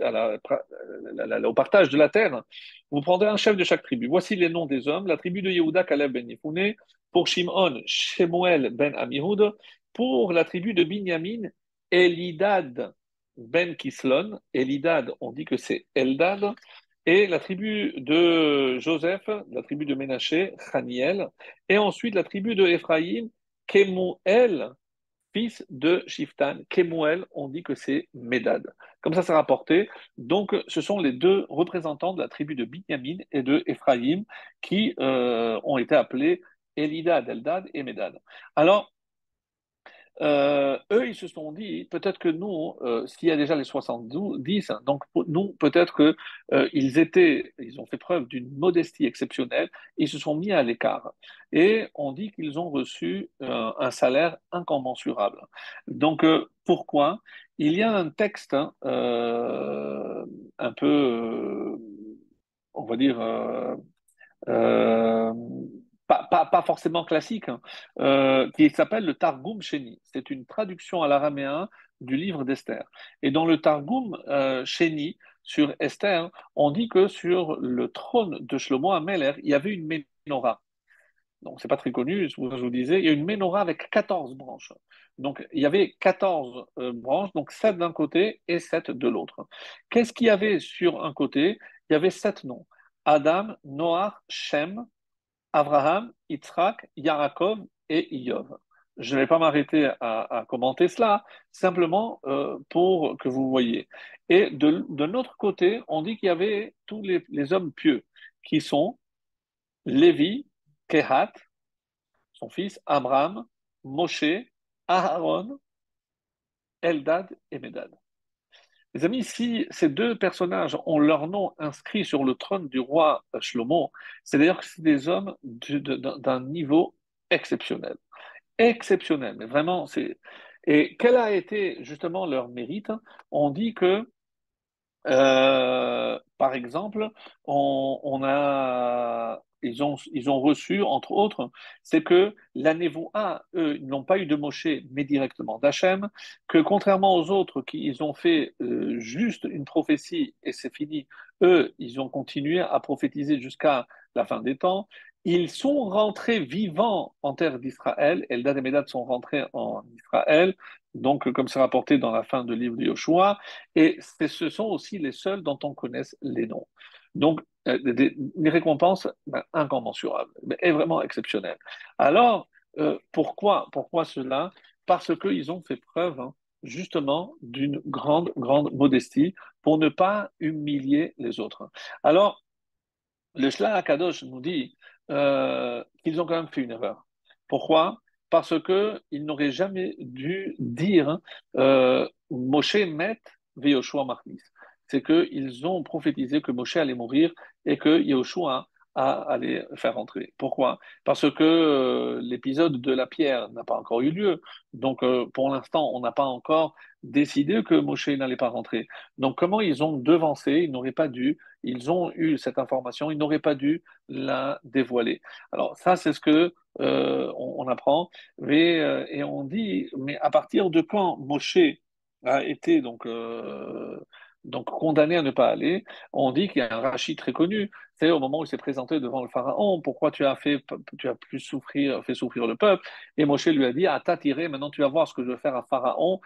au partage de la terre. Vous prendrez un chef de chaque tribu. Voici les noms des hommes. La tribu de Yehuda, Caleb ben Yefouné. Pour Shimon, Shemuel ben Amihud. Pour la tribu de Binyamin, Elidad ben Kislon. Elidad, on dit que c'est Eldad. Et la tribu de Joseph, la tribu de Ménaché, Chaniel. Et ensuite la tribu de Ephraïm, Kemuel, fils de Shiftan. Kemuel, on dit que c'est Médad. Comme ça, c'est rapporté. Donc, ce sont les deux représentants de la tribu de Binyamin et de Ephraïm qui ont été appelés Elidad, Eldad et Médad. Alors, eux, ils se sont dit, peut-être que nous, s'il y a déjà les 70, donc nous, peut-être que ils ont fait preuve d'une modestie exceptionnelle, ils se sont mis à l'écart. Et on dit qu'ils ont reçu un salaire incommensurable. Donc, pourquoi? Il y a un texte un peu, on va dire, euh, pas forcément classique, hein, qui s'appelle le Targum Sheni. C'est une traduction à l'araméen du livre d'Esther. Et dans le Targum Sheni, sur Esther, on dit que sur le trône de Shlomo HaMelech, il y avait une menorah. Donc, c'est pas très connu, je vous disais, il y a une menorah avec 14 branches. Donc, il y avait 14 branches, donc 7 d'un côté et 7 de l'autre. Qu'est-ce qu'il y avait sur un côté? Il y avait 7 noms. Adam, Noach, Shem, Abraham, Yitzhak, Yaakov et Iyov. Je ne vais pas m'arrêter à commenter cela, simplement pour que vous voyez. Et de notre côté, on dit qu'il y avait tous les hommes pieux, qui sont Lévi, Kehat, son fils, Abraham, Moshe, Aaron, Eldad et Medad. Les amis, si ces deux personnages ont leur nom inscrit sur le trône du roi Shlomo, c'est d'ailleurs que c'est des hommes d'un niveau exceptionnel. Exceptionnel, mais vraiment, c'est. Et quel a été justement leur mérite? On dit que par exemple, ils ont reçu, entre autres, c'est que la Névoa, eux, ils n'ont pas eu de Moshe, mais directement d'Hachem, que contrairement aux autres qui ils ont fait juste une prophétie et c'est fini, eux, ils ont continué à prophétiser jusqu'à la fin des temps. Ils sont rentrés vivants en terre d'Israël, Eldad et Médad sont rentrés en Israël, donc comme c'est rapporté dans la fin du livre de Yoshua, et ce sont aussi les seuls dont on connaisse les noms. Donc, des récompenses incommensurables, et vraiment exceptionnelles. Alors, pourquoi cela? Parce qu'ils ont fait preuve justement d'une grande, grande modestie pour ne pas humilier les autres. Alors, le Shla Akadosh nous dit qu'ils ont quand même fait une erreur. Pourquoi? Parce qu'ils n'auraient jamais dû dire Moshe met Veyoshua Machnis. C'est qu'ils ont prophétisé que Moshe allait mourir et que Yehoshua allait faire rentrer. Pourquoi? Parce que l'épisode de la pierre n'a pas encore eu lieu. Donc, pour l'instant, on n'a pas encore décidé que Moshe n'allait pas rentrer. Donc, comment ils ont devancé? Ils n'auraient pas dû, ils ont eu cette information, ils n'auraient pas dû la dévoiler. Alors ça, c'est ce que on apprend, et on dit, mais à partir de quand Moshe a été donc condamné à ne pas aller, on dit qu'il y a un rachis très connu. C'est au moment où il s'est présenté devant le pharaon, pourquoi tu as plus souffrir, fait souffrir le peuple? Et Moshe lui a dit, ah, t'as tiré, maintenant tu vas voir ce que je vais faire à Pharaon.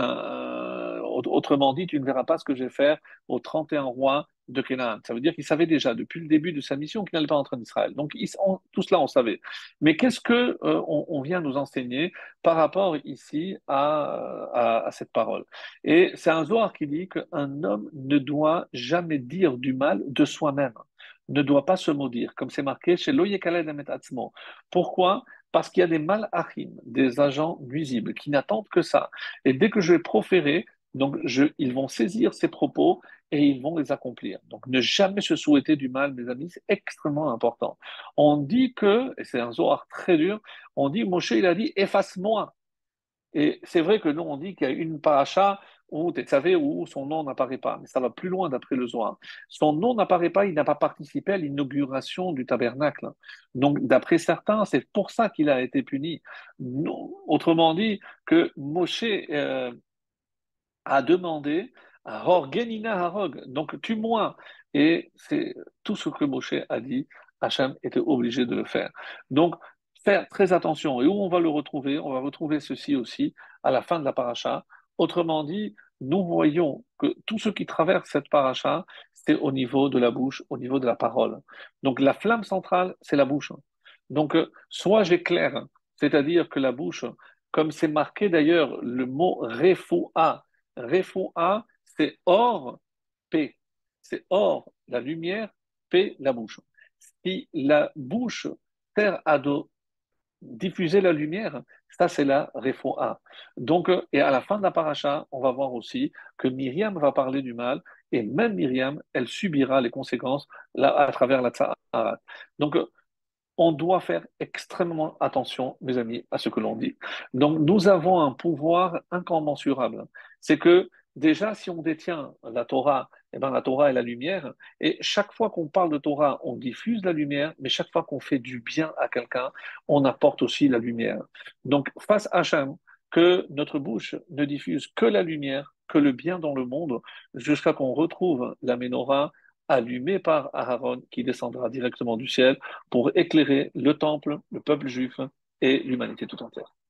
Autrement dit, tu ne verras pas ce que je vais faire aux 31 rois de Canaan. Ça veut dire qu'il savait déjà depuis le début de sa mission qu'il n'allait pas entrer en Israël. Donc tout cela, on savait. Mais qu'est-ce que on vient nous enseigner par rapport ici à cette parole? Et c'est un Zohar qui dit qu'un homme ne doit jamais dire du mal de soi-même, ne doit pas se maudire, comme c'est marqué chez Lo Yekaled Emet Atzmo. Pourquoi? Parce qu'il y a des malachim, des agents nuisibles, qui n'attendent que ça. Et dès que je vais proférer, ils vont saisir ces propos et ils vont les accomplir. Donc, ne jamais se souhaiter du mal, mes amis, c'est extrêmement important. On dit que, et c'est un Zohar très dur, on dit, Moshe, il a dit, efface-moi. Et c'est vrai que nous, on dit qu'il y a une paracha où Tetzavé, où son nom n'apparaît pas, mais ça va plus loin d'après le Zohar. Son nom n'apparaît pas, il n'a pas participé à l'inauguration du tabernacle. Donc, d'après certains, c'est pour ça qu'il a été puni. Autrement dit, que Moshe a demandé à Horgenina Harog, donc tue-moi. Et c'est tout ce que Moshe a dit, Hachem était obligé de le faire. Donc, faire très attention. Et où on va le retrouver? On va retrouver ceci aussi à la fin de la paracha. Autrement dit, nous voyons que tout ce qui traverse cette paracha, c'est au niveau de la bouche, au niveau de la parole. Donc, la flamme centrale, c'est la bouche. Donc, soit j'éclaire, c'est-à-dire que la bouche, comme c'est marqué d'ailleurs le mot refoua, refoua, c'est or, paix. C'est or, la lumière, paix, la bouche. Si la bouche sert à diffuser la lumière, ça c'est la refoua. Donc, et à la fin de la paracha, on va voir aussi que Myriam va parler du mal, et même Myriam, elle subira les conséquences là, à travers la Tzaharat. Donc, on doit faire extrêmement attention, mes amis, à ce que l'on dit. Donc, nous avons un pouvoir incommensurable. C'est que déjà, si on détient la Torah, eh ben, la Torah est la lumière. Et chaque fois qu'on parle de Torah, on diffuse la lumière, mais chaque fois qu'on fait du bien à quelqu'un, on apporte aussi la lumière. Donc, face à Hachem, que notre bouche ne diffuse que la lumière, que le bien dans le monde, jusqu'à qu'on retrouve la menorah allumée par Aaron qui descendra directement du ciel pour éclairer le temple, le peuple juif et l'humanité tout entière.